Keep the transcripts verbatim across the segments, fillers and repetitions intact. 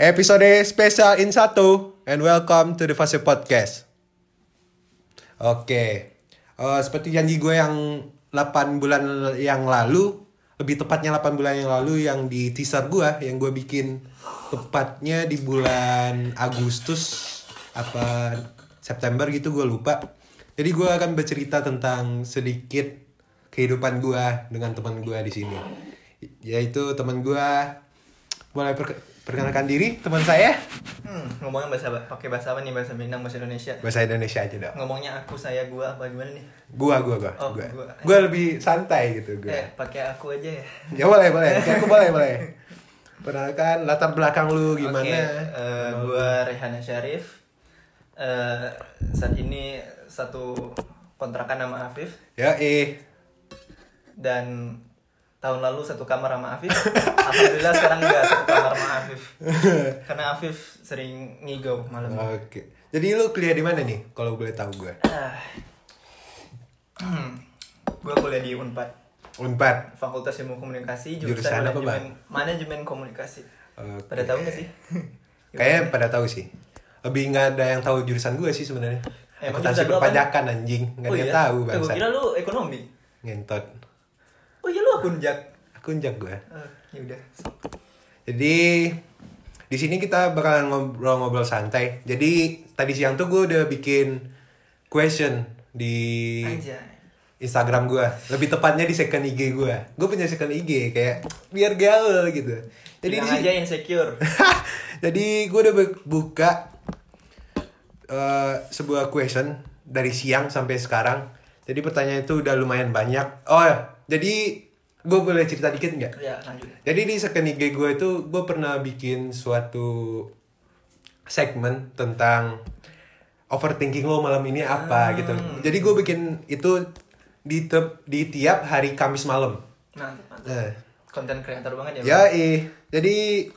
Episode spesial in satu and welcome to the Fase Podcast. Oke, uh, seperti janji gue yang delapan bulan yang lalu, lebih tepatnya delapan bulan yang lalu yang di teaser gue, yang gue bikin tepatnya di bulan Agustus apa September gitu, gue lupa. Jadi gue akan bercerita tentang sedikit kehidupan gue dengan teman gue di sini. Yaitu teman gue, boleh per- perkenalkan diri teman saya. Hmm, ngomongnya bahasa pakai bahasa apa nih? Bahasa Minang, bahasa Indonesia. Bahasa Indonesia aja dong. Ngomongnya aku, saya, gua apa gimana nih? Gua, gua, gua. Oh, gua. gua. Gua lebih santai gitu gua. Eh, pakai aku aja ya. Ya boleh, boleh. Pakai aku boleh, boleh. Perkenalkan latar belakang lu gimana? Oke, uh, gua Rehana Syarif. Uh, saat ini satu kontrakan sama Afif. Ya, eh. Dan tahun lalu satu kamar sama Afif. Alhamdulillah sekarang enggak satu kamar sama Afif. Karena Afif sering ngigau malam. Oke. Jadi lu kuliah di mana nih kalau boleh tahu gue? Ah. Gue kuliah di Unpad. Unpad. Fakultas Ilmu Komunikasi, Jurusan jurusan apa, manajemen, Bang? manajemen komunikasi. Oke. Pada tahu nggak sih? Kayaknya pada tahu sih. Lebih nggak ada yang tahu jurusan gue sih sebenarnya. Emang Akuntansi jurusan lu apa? perpajakan anjing, nggak ada yang tahu Tuh, bangsa. gue kira lu ekonomi. Ngentot. Oh iya lu akunjak. Akunjak gue. Uh, ya udah. Jadi di sini kita bakalan ngobrol-ngobrol santai. Jadi tadi siang tuh gue udah bikin question di Anjay. Instagram gue. Lebih tepatnya di second I G gue. Gue punya second I G kayak biar gaul gitu. Jadi Bilang di sini- aja insecure. Jadi gue udah buka uh, sebuah question dari siang sampai sekarang. Jadi pertanyaan itu udah lumayan banyak. Oh jadi gue boleh cerita dikit nggak? Ya lanjut. Jadi di second I G gue itu gue pernah bikin suatu segmen tentang overthinking lo malam ini apa Hmm. gitu. Jadi gue bikin itu di tep, di tiap hari Kamis malam. Mantap, mantap. Nah, Konten kreator banget ya. ya Bang? eh jadi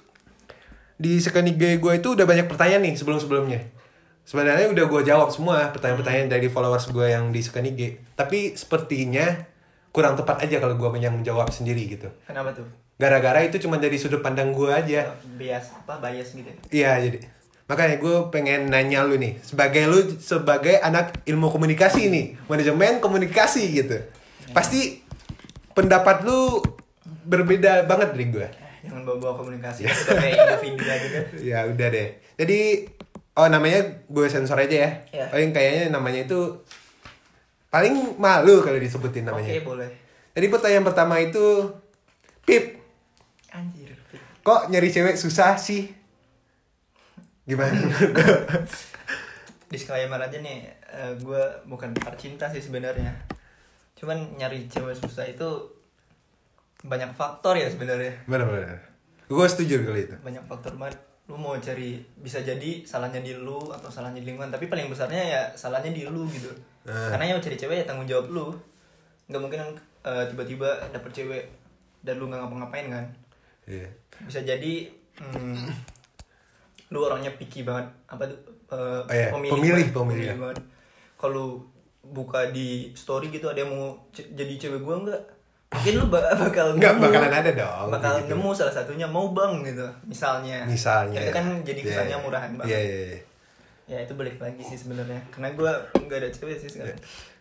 di second I G gue itu udah banyak pertanyaan nih sebelum-sebelumnya. Sebenarnya udah gue jawab semua pertanyaan-pertanyaan dari followers gue yang di second I G. Tapi sepertinya kurang tepat aja kalau gue yang menjawab sendiri gitu. Kenapa tuh? Gara-gara itu cuma dari sudut pandang gue aja. Bias apa bias gitu. Iya jadi makanya gue pengen nanya lu nih, sebagai lu sebagai anak ilmu komunikasi nih, manajemen komunikasi gitu, pasti pendapat lu berbeda banget dari gue. Jangan bawa-bawa komunikasi sebagai individu aja kan. Ya udah deh. Jadi oh namanya gue sensor aja ya. Ya. Oh yang kayaknya namanya itu paling malu kalau disebutin namanya. Oke, boleh. Jadi pertanyaan pertama itu, Pip, Anjir. kok nyari cewek susah sih? Gimana? Disclaimer aja nih, uh, gue bukan percinta sih sebenarnya. Cuman nyari cewek susah itu banyak faktor ya sebenarnya. Bener-bener. Gue setuju kali itu. Banyak faktor banget. Lu mau cari, bisa jadi salahnya di lu atau salahnya di lingkungan, tapi paling besarnya ya salahnya di lu gitu. Nah. Karena yang cari cewek ya tanggung jawab lu. Nggak mungkin uh, tiba-tiba dapet cewek dan lu nggak ngapa-ngapain kan. Iya. Bisa jadi hmm, lu orangnya picky banget, apa tuh uh, Oh, iya. pemilih Pemilih, banget, pemilih, ya. banget. Kalau buka di story gitu ada yang mau c- jadi cewek gua enggak, mungkin lu ba- bakal Nggak, nemu, bakalan ada dong, bakal gitu. nemu salah satunya mau bang gitu misalnya. Misalnya. Ya, itu kan jadi Iya, kesannya iya. murahan banget. Iya, iya, iya. Ya itu balik lagi sih sebenarnya, karena gua nggak ada cewek sih sekarang.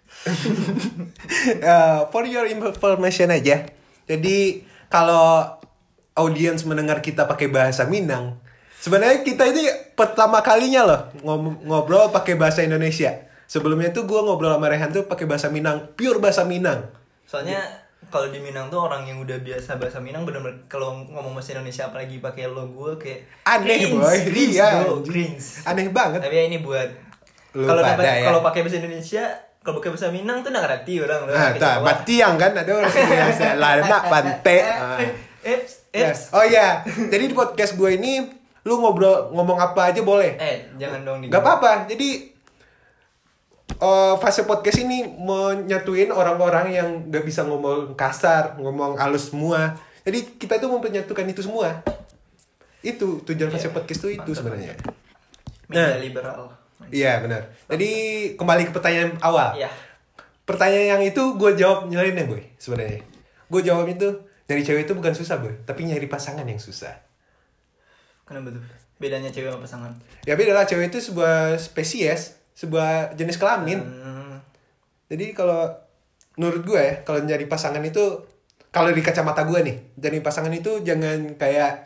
Uh, for your information aja. Jadi kalau audiens mendengar kita pakai bahasa Minang, sebenarnya kita ini pertama kalinya loh ngom- ngobrol pakai bahasa Indonesia. Sebelumnya tuh gue ngobrol sama Rehan tuh pakai bahasa Minang, pure bahasa Minang. Soalnya kalau di Minang tuh orang yang udah biasa bahasa Minang bener-bener kalau ngomong bahasa Indonesia apalagi pakai lo gue kayak Aneh cringe, boy, cringe, iya. bro, anjing. cringe. Aneh banget. Tapi ya ini buat Lu kalau pada dapat ya. kalau pakai bahasa Indonesia, kalau pakai bahasa Minang tuh nggak ngerti orang. Nah, tak, Matiang kan ada orang biasa lama pante. Ah. Eps, Yes. eps. Oh iya, jadi di podcast gue ini lu ngobrol ngomong apa aja boleh. Eh, jangan dong di. Gak apa-apa. Jadi uh, fase podcast ini menyatuin orang-orang yang gak bisa ngomong kasar, ngomong halus semua. Jadi kita tuh mau menyatukan itu semua. Itu tujuan fase Iya, podcast tuh itu mantap, sebenarnya. Media Nah. liberal. Iya benar. Jadi kembali ke pertanyaan awal. Iya. Pertanyaan yang itu gue jawab nyeleneh boy sebenarnya. Gue jawab itu nyari cewek itu bukan susah boy, tapi nyari pasangan yang susah. Kenapa tuh? Bedanya cewek sama pasangan? Ya beda lah, cewek itu sebuah spesies, sebuah jenis kelamin. Hmm. Jadi kalau menurut gue ya, kalau nyari pasangan itu, kalau di kacamata gue nih, jadi pasangan itu jangan kayak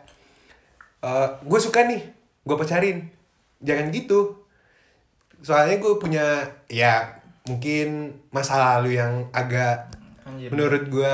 uh, gue suka nih, gue pacarin. Jangan gitu. Soalnya gue punya ya mungkin masa lalu yang agak Anjir. menurut gue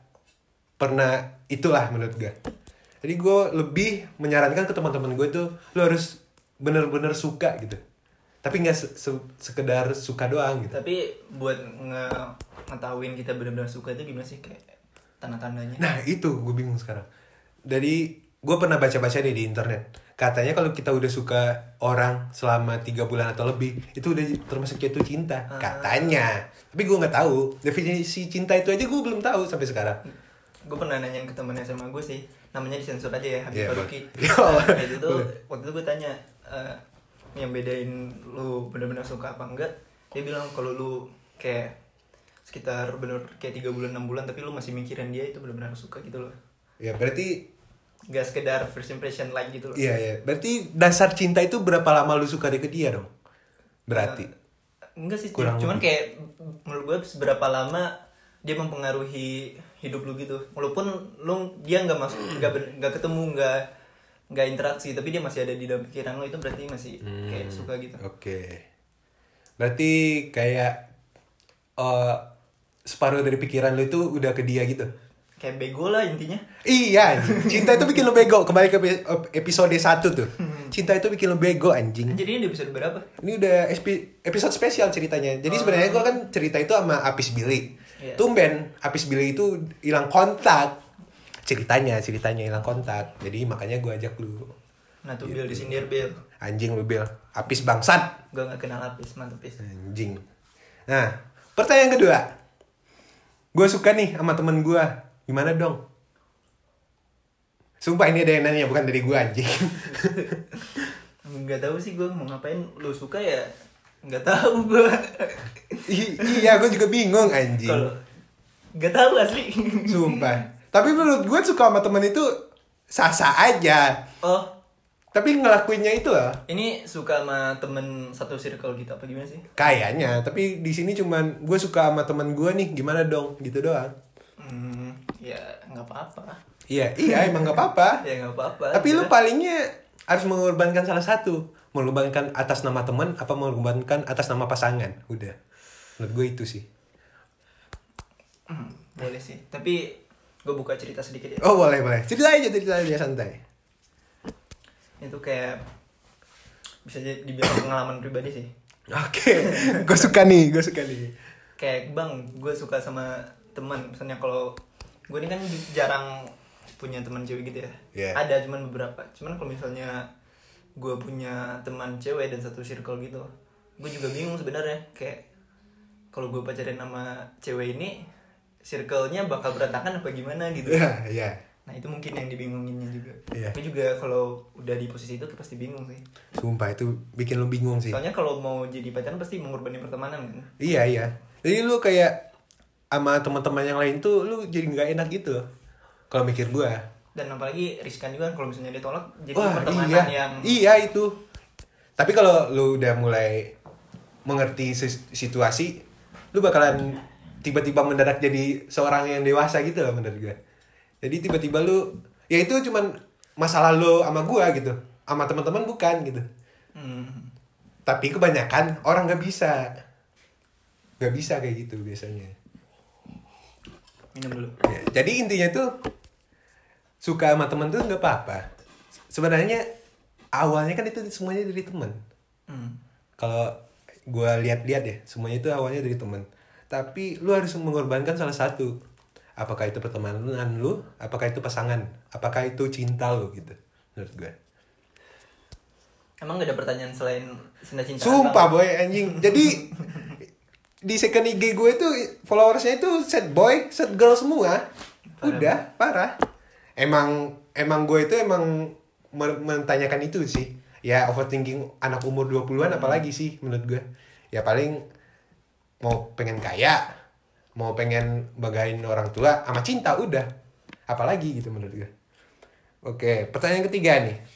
pernah itulah menurut gue. Jadi gue lebih menyarankan ke teman-teman gue tuh lo harus bener-bener suka gitu. Tapi nggak se- se- sekedar suka doang gitu. Tapi buat nge ngetahuin kita benar-benar suka itu gimana sih, kayak tanda-tandanya? Nah itu gue bingung sekarang. Dari gue pernah baca-baca nih di internet. Katanya kalau kita udah suka orang selama tiga bulan atau lebih, itu udah termasuk jatuh cinta. Ah. Katanya. Tapi gue nggak tahu. Definisi cinta itu aja gue belum tahu sampai sekarang. Gue pernah nanyain ke temennya sama gue sih, namanya disensor aja ya, Habib Iya, Faruqi. boleh. Nah, itu tuh Boleh. waktu itu gue tanya eh, yang bedain lu benar-benar suka apa enggak. Dia bilang kalau lu kayak sekitar bener kayak tiga bulan enam bulan tapi lu masih mikirin dia, itu benar-benar suka gitu loh. Ya berarti Gak sekedar first impression like gitu loh. iya ya. Berarti dasar cinta itu berapa lama lu suka ke dia dong? Berarti. Eh, enggak sih, Kurang cuman lebih. kayak menurut gue seberapa lama dia mempengaruhi hidup lu gitu. Walaupun lu dia nggak masuk, nggak ben- nggak ketemu, nggak nggak interaksi, tapi dia masih ada di dalam pikiran lu, itu berarti masih kayak suka gitu. Oke. Berarti kayak eh separuh dari pikiran lu itu udah ke dia gitu. Kayak bego lah intinya. Iya, anjing. Cinta itu bikin lu bego. Kembali ke epi- episode satu tuh. Cinta itu bikin lu bego, anjing. Jadi ini di episode berapa? Ini udah espi- episode spesial ceritanya. Jadi Oh. sebenarnya gua kan cerita itu sama Apis Billy. Iya. Tumben Apis Billy itu hilang kontak. Ceritanya, ceritanya hilang kontak. Jadi makanya gua ajak lu. Nah tuh Bill disindir Bill. Anjing lu Bill. Apis bangsat. Gue nggak kenal Apis, mantap Apis. Anjing. Nah, pertanyaan kedua. Gue suka nih sama temen gue. Gimana dong? Sumpah ini ada yang nanya, bukan dari gue anjing. Nggak tahu sih gue mau ngapain. Lu suka ya? Nggak tahu gue. I- iya, gue juga bingung anjing. Kalau nggak tahu asli. Sumpah. Tapi menurut gue suka sama temen itu sah-sah aja. Oh, Tapi ngelakuinnya itu loh. ini suka sama temen satu circle gitu apa gimana sih? Kayaknya, tapi di sini cuman gue suka sama temen gue nih, gimana dong? Gitu doang. Hmm, ya nggak apa-apa. Iya, iya emang gak apa-apa. Ya nggak apa-apa. Tapi lu Udah. palingnya harus mengorbankan salah satu. Mengorbankan atas nama teman apa mengorbankan atas nama pasangan. Udah. Menurut gue itu sih. Hmm, boleh sih. Tapi gue buka cerita sedikit ya. Oh boleh boleh. Cerita aja cerita aja santai. Itu kayak bisa jadi dibilang pengalaman pribadi sih. Oke. Gue suka nih, gue suka nih. Kayak bang, gue suka sama teman. Misalnya kalau gue ini kan jarang punya teman cewek gitu ya. Iya. Ada cuman beberapa. Cuman kalau misalnya gue punya teman cewek dan satu circle gitu, gue juga bingung sebenarnya. Kayak kalau gue pacaran sama cewek ini, circle-nya bakal berantakan apa gimana gitu. Iya, iya. Nah itu mungkin yang dibingunginnya juga. Iya. Tapi juga kalau udah di posisi itu pasti bingung sih. Sumpah itu bikin lu bingung sih. Soalnya kalau mau jadi pacaran pasti mengorbankan pertemanan kan. Iya, iya. Jadi lu kayak sama teman-teman yang lain tuh lu jadi nggak enak gitu loh. Kalau mikir gue. Dan apalagi riskan juga kalau misalnya ditolak jadi Wah, pertemanan iya. yang Iya itu. Tapi kalau lu udah mulai mengerti sis- situasi, lu bakalan tiba-tiba mendadak jadi seorang yang dewasa gitu loh menurut gue. Jadi tiba-tiba lu, ya itu cuman masalah lu sama gue gitu, sama teman-teman bukan gitu. hmm, Tapi kebanyakan orang nggak bisa, nggak bisa kayak gitu biasanya. minum dulu. Ya, jadi intinya tuh suka sama temen tuh nggak apa-apa. Sebenarnya awalnya kan itu semuanya dari temen. Hmm. Kalau gue lihat-lihat ya, semuanya itu awalnya dari temen. Tapi lu harus mengorbankan salah satu. Apakah itu pertemanan lu, apakah itu pasangan, apakah itu cinta lu gitu. Menurut gue. Emang gak ada pertanyaan selain cinta cinta? Sumpah boy anjing. Jadi di second I G gue itu followersnya itu sad boy, sad girl semua. Parah. Udah, parah. Emang emang gue itu emang men- menanyakan itu sih. Ya overthinking anak umur dua puluhan apalagi sih menurut gue. Ya paling mau pengen kaya, mau pengen banggain orang tua sama cinta udah. Apalagi gitu menurut gue. Oke, pertanyaan ketiga nih.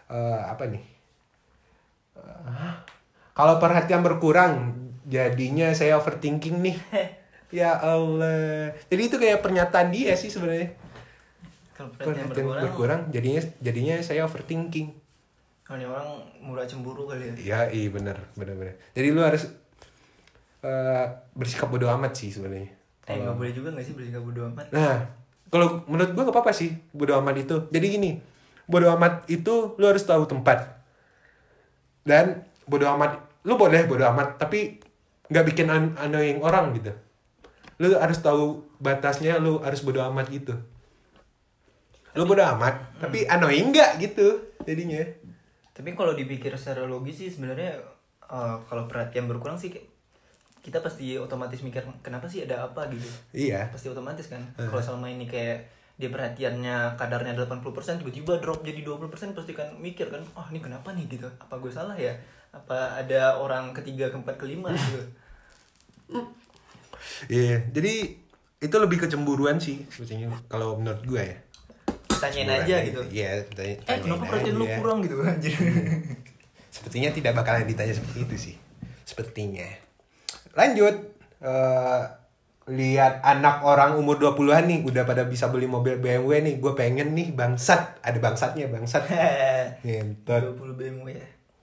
uh, apa nih? Uh, kalau perhatian berkurang, jadinya saya overthinking nih. Ya Allah. Jadi itu kayak pernyataan dia sih sebenarnya. Kalau perhatian Perhatian berkurang, berkurang, jadinya jadinya saya overthinking. kalau ini orang murah cemburu kali ya. Ya, iya bener, bener bener. Jadi lu harus uh, bersikap bodo amat sih sebenarnya. Eh nggak boleh juga nggak sih bersikap bodo amat? Nah, kalau menurut gua gak apa-apa sih bodo amat itu. Jadi gini, bodo amat itu lu harus tahu tempat. Dan bodo amat, lu boleh bodo amat, tapi nggak bikin an- annoying orang gitu. Lu harus tahu batasnya, lu harus bodo amat gitu. Lu bodo amat, hmm. tapi annoying nggak gitu jadinya. Tapi kalau dipikir secara logis sih sebenarnya uh, kalau perhatian berkurang sih kita pasti otomatis mikir kenapa sih ada apa gitu. Iya. Pasti otomatis kan. Uh. Kalau selama ini kayak dia perhatiannya kadarnya delapan puluh persen tiba-tiba drop jadi dua puluh persen pasti kan mikir kan, oh ini kenapa nih gitu. Apa gue salah ya? Apa ada orang ketiga, keempat, kelima gitu. Iya, yeah, jadi itu lebih kecemburuan sih sebetulnya kalau menurut gue ya. Tanyain aja gitu. Iya, tanya, eh kenapa perhatian lu kurang gitu anjir. Sepertinya tidak bakalan ditanya seperti itu sih. Sepertinya. Lanjut, uh, lihat anak orang umur dua puluhan nih udah pada bisa beli mobil B M W nih. Gue pengen nih bangsat, ada bangsatnya, bangsat. Ngentot. dua puluh B M W ya.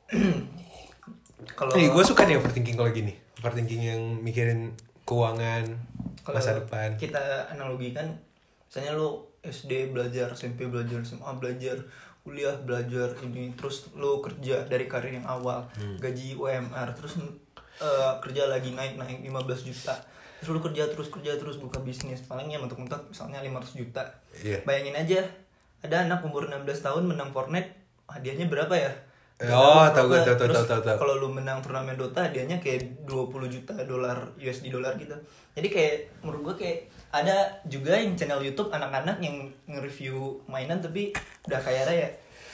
Kalau gue suka nih overthinking kalau gini. Overthinking yang mikirin keuangan masa depan. Kita analogikan misalnya lu S D belajar, S M P belajar, S M A belajar, kuliah belajar ini, terus lu kerja dari karir yang awal, hmm. gaji U M R, terus uh, kerja lagi naik-naik lima belas juta. Terus lu kerja terus kerja terus buka bisnis, palingnya mentok-mentok misalnya lima ratus juta. Yeah. Bayangin aja, ada anak umur enam belas tahun menang Fortnite, hadiahnya berapa ya? Oh, tahu gue, tahu tahu tahu tahu. Kalau lu menang turnamen Dota, hadiahnya kayak dua puluh juta dolar U S D dolar gitu. Jadi kayak menurut gue kayak ada juga yang channel YouTube anak-anak yang nge-review mainan tapi udah kaya raya.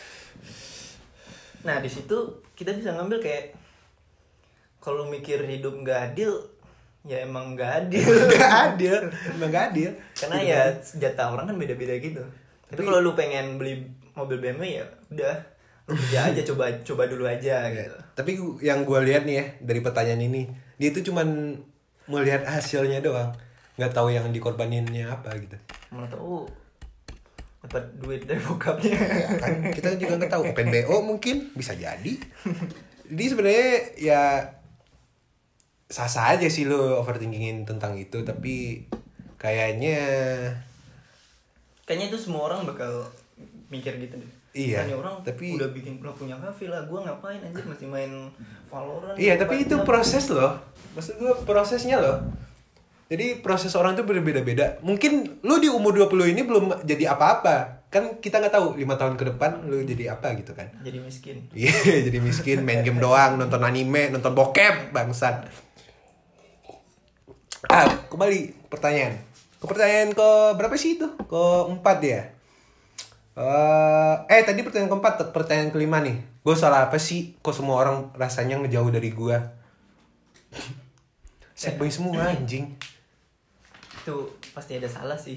Nah, di situ kita bisa ngambil kayak kalau mikir hidup nggak adil, ya emang nggak adil. Nggak adil, emang nggak adil. Karena ya senjata orang kan beda-beda gitu. Tapi, tapi kalau lu pengen beli mobil B M W ya udah lu kerja aja, coba coba dulu aja gitu. Tapi yang gue lihat nih ya dari pertanyaan ini, dia itu cuman melihat hasilnya doang, nggak tahu yang dikorbaninnya apa gitu. Mana tahu dapat duit dari bokapnya. Ya, kan kita juga nggak tahu. Open B O mungkin bisa jadi. Jadi sebenarnya ya sah-sah aja sih lo overthinkingin tentang itu, tapi kayaknya kayaknya itu semua orang bakal mikir gitu deh. Iya, Kayaknya orang tapi udah bikin udah punya kafe lah, gue ngapain anjir masih main Valorant. Iya, tapi itu proses loh. Maksud gue prosesnya loh. Jadi proses orang tuh berbeda-beda. Mungkin lu di umur dua puluh ini belum jadi apa-apa. Kan kita nggak tahu lima tahun ke depan lu jadi apa gitu kan. Jadi miskin. Iya, jadi miskin, main game doang, nonton anime, nonton bokep, bangsat. Ah, kembali pertanyaan. Ke pertanyaan ke berapa sih itu? Keempat ya. Uh, eh tadi pertanyaan keempat, pertanyaan kelima nih. Gue salah apa sih? Kok semua orang rasanya ngejauh dari gue? Sad boy semua anjing. Itu pasti ada salah sih.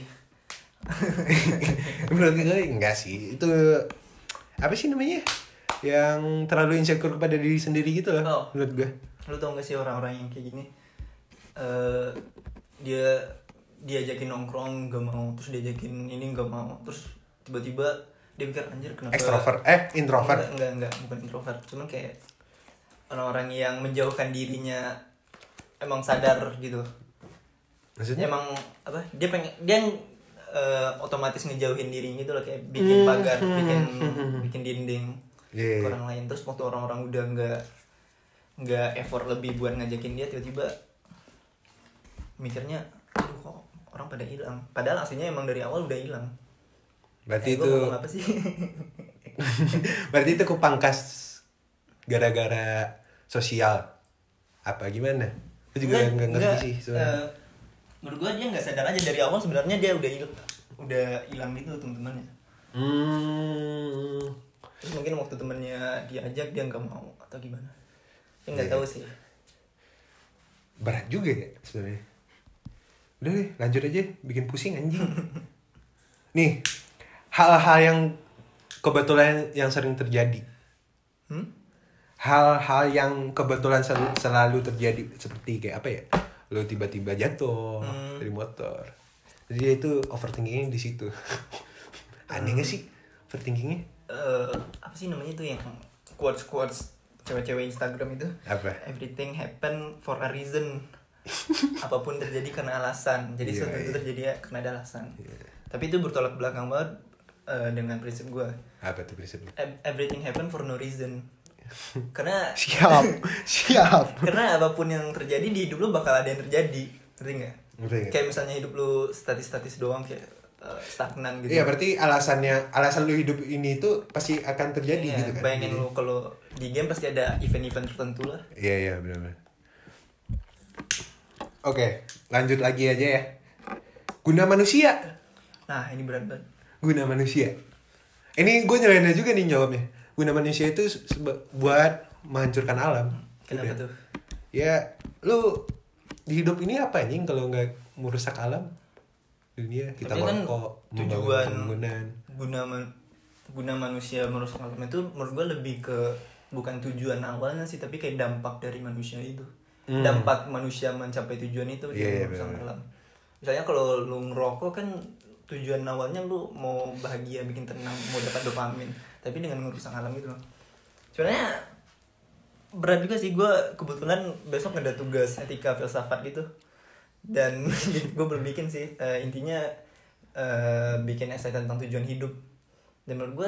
Menurut gue enggak sih. Itu apa sih namanya? Yang terlalu insecure kepada diri sendiri gitu loh. Oh. Menurut gue. Lu tau gak sih orang-orang yang kayak gini? Uh, dia diajakin nongkrong gak mau, terus diajakin ini gak mau, terus tiba-tiba dia pikir anjir kenapa extrovert eh introvert enggak, enggak enggak bukan introvert, cuman kayak orang-orang yang menjauhkan dirinya emang sadar gitu. Maksudnya emang apa dia pengen dia uh, otomatis ngejauhin dirinya gitu loh, kayak bikin pagar, bikin bikin dinding yeah. ke orang lain. Terus waktu orang-orang udah nggak nggak effort lebih buat ngajakin dia, tiba-tiba mikirnya aduh kok orang pada hilang, padahal aslinya emang dari awal udah hilang. Berarti eh, itu apa sih? Berarti itu kepangkas gara-gara sosial apa gimana? Aku juga nggak ngerti sih sebenarnya. Uh, menurut gue dia nggak sadar aja dari awal sebenarnya dia udah il- udah hilang gitu teman-temannya. Hmm. Terus mungkin waktu temennya diajak dia nggak mau atau gimana? Saya nggak yeah. tahu sih. Berat juga ya sebenarnya. Udah deh, lanjut aja, bikin pusing anjing. Nih, hal-hal yang kebetulan yang sering terjadi. Hmm? Hal-hal yang kebetulan sel- selalu terjadi seperti kayak apa ya? Lu tiba-tiba jatuh Hmm. dari motor. Jadi dia itu overthinkingnya di situ. Aneh gak sih overthinkingnya? Eh, apa sih namanya itu yang quotes quotes cewek-cewek Instagram itu? Apa? Everything happen for a reason. Apapun terjadi karena alasan. Jadi Iya, sesuatu itu iya. terjadi ya karena ada alasan. Iya. Tapi itu bertolak belakang banget eh, dengan prinsip gue. Apa tuh prinsipnya? Ev- Everything happen for no reason. Karena Siap, siap. karena apapun yang terjadi di hidup lu bakal ada yang terjadi, ngerti nggak? Ngerti nggak? Kayak misalnya hidup lu statis-statis doang kayak eh, stagnan gitu. Iya, berarti alasannya alasan lu hidup ini itu pasti akan terjadi Iya, gitu kan. bayangin Jadi- lu kalau di game pasti ada event-event tertentu lah. Iya, iya, benar-benar. Oke, lanjut lagi aja ya. Guna manusia. Nah, ini berat banget. Guna manusia. Ini gue nyalain juga nih jawabnya. Guna manusia itu sebe- buat menghancurkan alam. Kenapa Udah. tuh? Ya, lu di hidup ini apa anjing kalau nggak merusak alam? Dunia kita Tapi kan merokok, membangun tujuan pembangunan. guna man- guna manusia merusak alam itu menurut gue lebih ke bukan tujuan awalnya sih, tapi kayak dampak dari manusia itu. Hmm. Dampak manusia mencapai tujuan itu Iya, iya, dia merusak benar-benar. alam. Misalnya kalau lu ngerokok kan tujuan awalnya lu mau bahagia, bikin tenang, mau dapat dopamin, tapi dengan merusak alam itu. Sebenarnya berat juga sih, gue kebetulan besok ada tugas etika filsafat gitu, dan gue belum bikin sih. Eh, intinya eh, bikin esai tentang tujuan hidup, dan menurut gue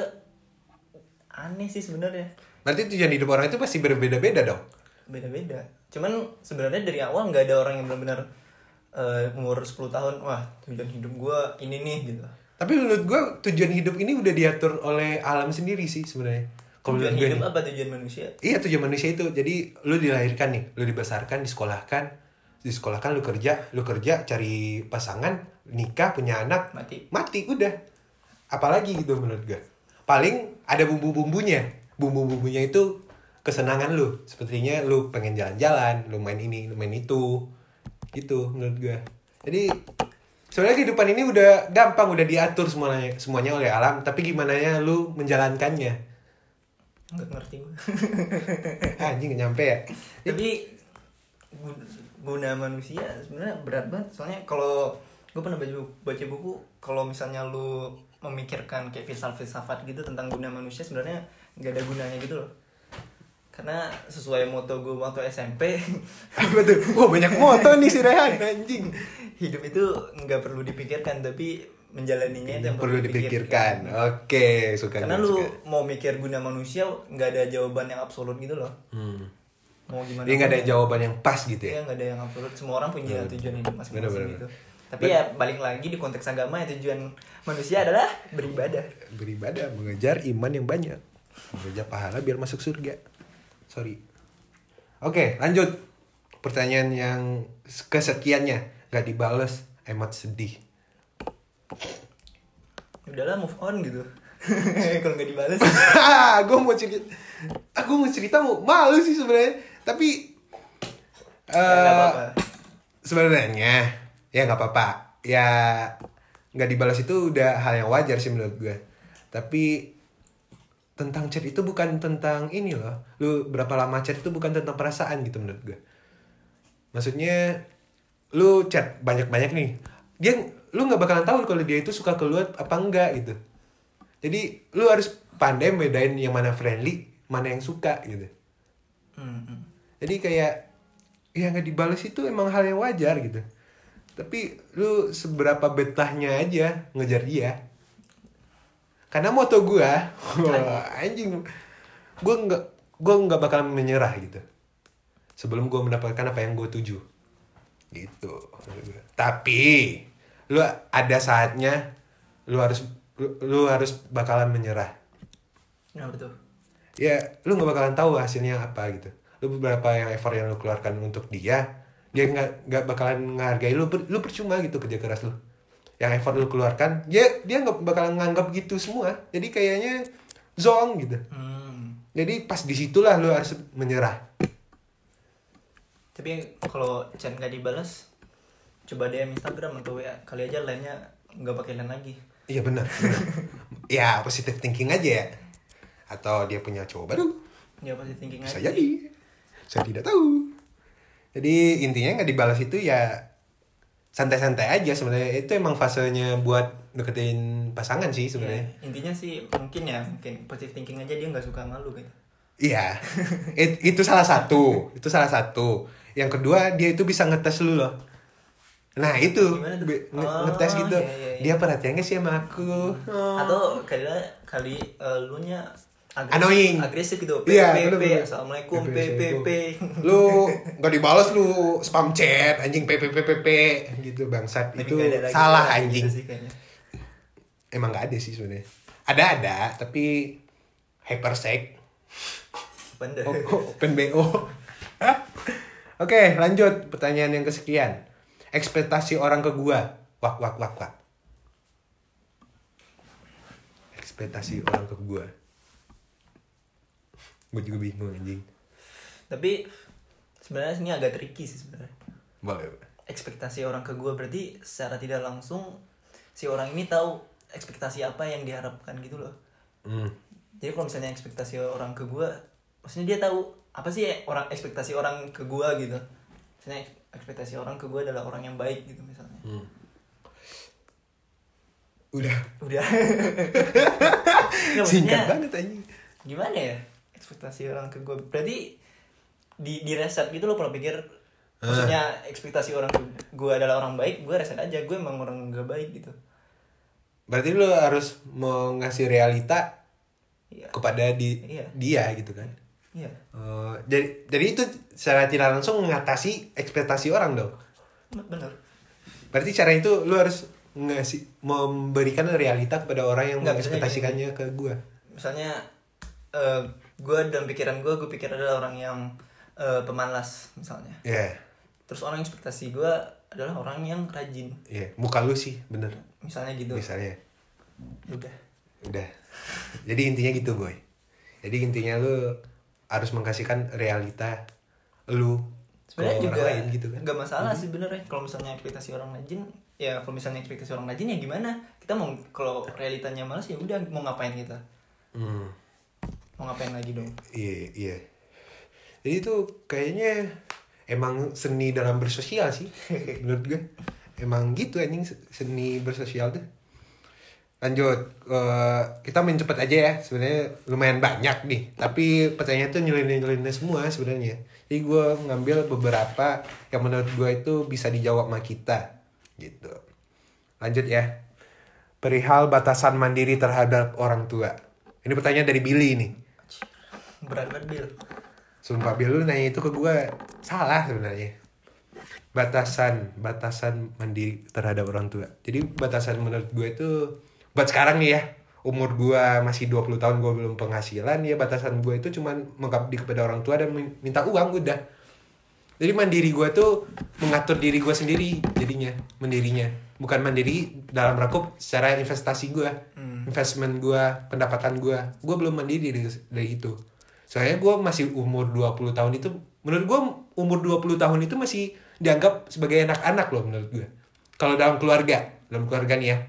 aneh sih sebenarnya. Nanti tujuan hidup orang itu pasti berbeda-beda dong. Beda-beda, cuman sebenarnya dari awal nggak ada orang yang benar-benar eh, umur sepuluh tahun wah tujuan hidup gue ini nih gitu. Tapi menurut gue tujuan hidup ini udah diatur oleh alam sendiri sih sebenarnya. Kalau Tujuan menurut gue hidup nih. apa tujuan manusia? Iya, tujuan manusia itu. Jadi lu dilahirkan nih, lu dibesarkan, disekolahkan, disekolahkan lu kerja, lu kerja cari pasangan, nikah, punya anak, Mati. mati udah. Apalagi gitu menurut gue. Paling ada bumbu-bumbunya. Bumbu-bumbunya itu kesenangan lu. Sepertinya lu pengen jalan-jalan, lu main ini, lu main itu. Gitu menurut gue. Jadi sebenarnya kehidupan ini udah gampang, udah diatur semuanya semuanya oleh alam, tapi gimana ya lu menjalankannya. Nggak ngerti gue. Anjing nggak nyampe ya. Tapi gu- guna manusia sebenarnya berat banget, soalnya kalau gue pernah baca buku, baca buku kalau misalnya lu memikirkan kayak filsafat-filsafat gitu tentang guna manusia, sebenarnya nggak ada gunanya gitu loh. Karena sesuai moto gue waktu S M P, Apa tuh? Wah, banyak moto nih si Rehan, anjing. hidup itu nggak perlu dipikirkan, tapi menjalaninya itu yang Perlu dipikirkan. Oke, suka. Karena gue, lu suka. mau mikir guna manusia nggak ada jawaban yang absolut gitu loh. Hmm. Mau gimana? Dia nggak ada pun. jawaban yang pas gitu ya. Iya, nggak ada yang absolut. Semua orang punya Bener. tujuan hidup Bener, masing-masing bener, gitu. bener. Tapi ya balik lagi di konteks agama ya, tujuan manusia adalah beribadah. Beribadah, mengejar iman yang banyak. Mengejar pahala biar masuk surga. Sorry. Oke, lanjut. Pertanyaan yang kesekiannya nggak dibales, emat sedih. Udahlah, move on gitu. Kalau nggak dibales. Gue mau cerita, aku mau cerita mau malu sih sebenarnya. Tapi Ya, nggak eh, apa-apa. sebenarnya ya nggak apa-apa. Ya nggak dibalas itu udah hal yang wajar sih menurut gue. Tapi tentang chat itu bukan tentang ini loh. Lu berapa lama chat itu bukan tentang perasaan gitu menurut gue. Maksudnya lu chat banyak-banyak nih. Dia lu nggak bakalan tahu kalau dia itu suka ke lu apa enggak gitu. Jadi lu harus pandai bedain yang mana friendly, mana yang suka gitu. Hmm, hmm. Jadi kayak ya nggak dibales itu emang hal yang wajar gitu. Tapi lu seberapa betahnya aja ngejar dia. Karena moto gue, anjing, gue nggak gue nggak bakalan menyerah gitu. Sebelum gue mendapatkan apa yang gue tuju, gitu. Tapi lu ada saatnya lu harus lu, lu harus bakalan menyerah. Kenapa tuh? Ya lu nggak bakalan tahu hasilnya apa gitu. Lu beberapa yang effort yang lu keluarkan untuk dia, dia nggak nggak bakalan menghargai lu, lu percuma gitu kerja keras lu. Yang effort lu keluarkan, ya dia nggak bakalan nganggap gitu semua. Jadi kayaknya zong gitu. Hmm. Jadi pas disitulah lu harus menyerah. Tapi kalau chat nggak dibalas, coba D M Instagram atau W A, kali aja lainnya nggak pakai lain lagi. Iya benar. benar. Ya positive thinking aja ya. Atau dia punya cowok baru. Ya positive thinking Bisa aja. jadi. Saya tidak tahu. Jadi intinya nggak dibalas itu ya santai-santai aja sebenarnya. Itu emang fasenya buat deketin pasangan sih sebenarnya. Ya, intinya sih mungkin ya mungkin positive thinking aja dia nggak suka malu gitu. Iya. It, itu salah satu. Itu salah satu. Yang kedua dia itu bisa ngetes lu loh. Nah itu Gimana tuh? Be- nge- Oh, ngetes gitu. iya, iya, iya. Dia perhatian gak sih sama aku? Oh. Atau kali kali uh, lu nya agresif, Annoying. agresif gitu. Iya, P P P bener-bener. Assalamualaikum P P P, P P. Lu gak dibalas lu spam chat anjing P P P P P gitu bangsat. Tapi Itu nggak ada lagi salah kayak anjing. gitu sih kayaknya. Emang gak ada sih sebenarnya. Ada ada tapi hypersex. Bener. Oh, oh, open B O. Oke, lanjut pertanyaan yang kesekian. Ekspektasi orang ke gua. Wak wak wak wak. Ekspektasi orang ke gua. Gua juga bingung anjing. Tapi sebenarnya ini agak tricky sih sebenarnya. Boleh. Ekspektasi orang ke gue berarti secara tidak langsung si orang ini tahu ekspektasi apa yang diharapkan gitu loh. Hmm. Jadi kalau misalnya ekspektasi orang ke gue, maksudnya dia tahu apa sih orang ekspektasi orang ke gue gitu. Misalnya ekspektasi orang ke gue adalah orang yang baik gitu misalnya. Hmm. Udah. Udah. Nggak, Singkat maksudnya banget anjing. gimana ya ekspektasi orang ke gue? Berarti di di reset gitu lo pernah pikir maksudnya ekspektasi orang ke gue adalah orang baik, gue reset aja gue emang orang gak baik gitu. Berarti lu harus mau ngasih realita Iya. kepada di Iya. dia gitu kan. Iya. Uh, jadi jadi itu secara tidak langsung mengatasi ekspektasi orang dong. Bener. Berarti cara itu lu harus ngasih memberikan realita kepada orang yang Nggak, mengekspektasikannya ke gua. Misalnya uh, gue dalam pikiran gue gue pikir adalah orang yang uh, pemalas misalnya. Iya. Yeah. Terus orang ekspektasi gue adalah orang yang rajin. Iya, yeah. Muka lu sih bener. Misalnya gitu. Misalnya. Udah. Udah. Jadi intinya gitu, boy. Jadi intinya lu harus mengkasihkan realita lu Sebenarnya ke juga orang lain gitu kan. nggak masalah sih benernya kalau misalnya ekspektasi orang rajin, ya kalau misalnya ekspektasi orang rajin ya gimana? Kita mau kalau realitanya malas ya udah mau ngapain kita? Hmm. Mau ngapain lagi dong? Iya, iya. Jadi itu kayaknya emang seni dalam bersosial sih menurut gue. Emang gitu anjing seni bersosial tuh. Lanjut, uh, kita main cepet aja ya. Sebenarnya lumayan banyak nih, tapi pertanyaan tuh nyelineh-nyelineh semua sebenarnya. Jadi gue ngambil beberapa yang menurut gue itu bisa dijawab sama kita, gitu. Lanjut ya. Perihal batasan mandiri terhadap orang tua. Ini pertanyaan dari Billy nih. Berat banget Bill. Sumpah Bill lu nanya itu ke gue salah sebenarnya. Batasan, batasan mandiri terhadap orang tua. Jadi batasan menurut gue itu buat sekarang nih ya, umur gue masih dua puluh tahun, gue belum penghasilan ya, batasan gue itu cuman mengabdi kepada orang tua dan minta uang udah. Jadi mandiri gue tuh mengatur diri gue sendiri jadinya, mandirinya. Bukan mandiri dalam rangkup secara investasi gue, hmm. investment gue, pendapatan gue. Gue belum mandiri dari, dari itu. Soalnya gue masih umur dua puluh tahun itu, menurut gue umur dua puluh tahun itu masih dianggap sebagai anak-anak loh menurut gue. Kalau dalam keluarga, dalam keluarga nih ya.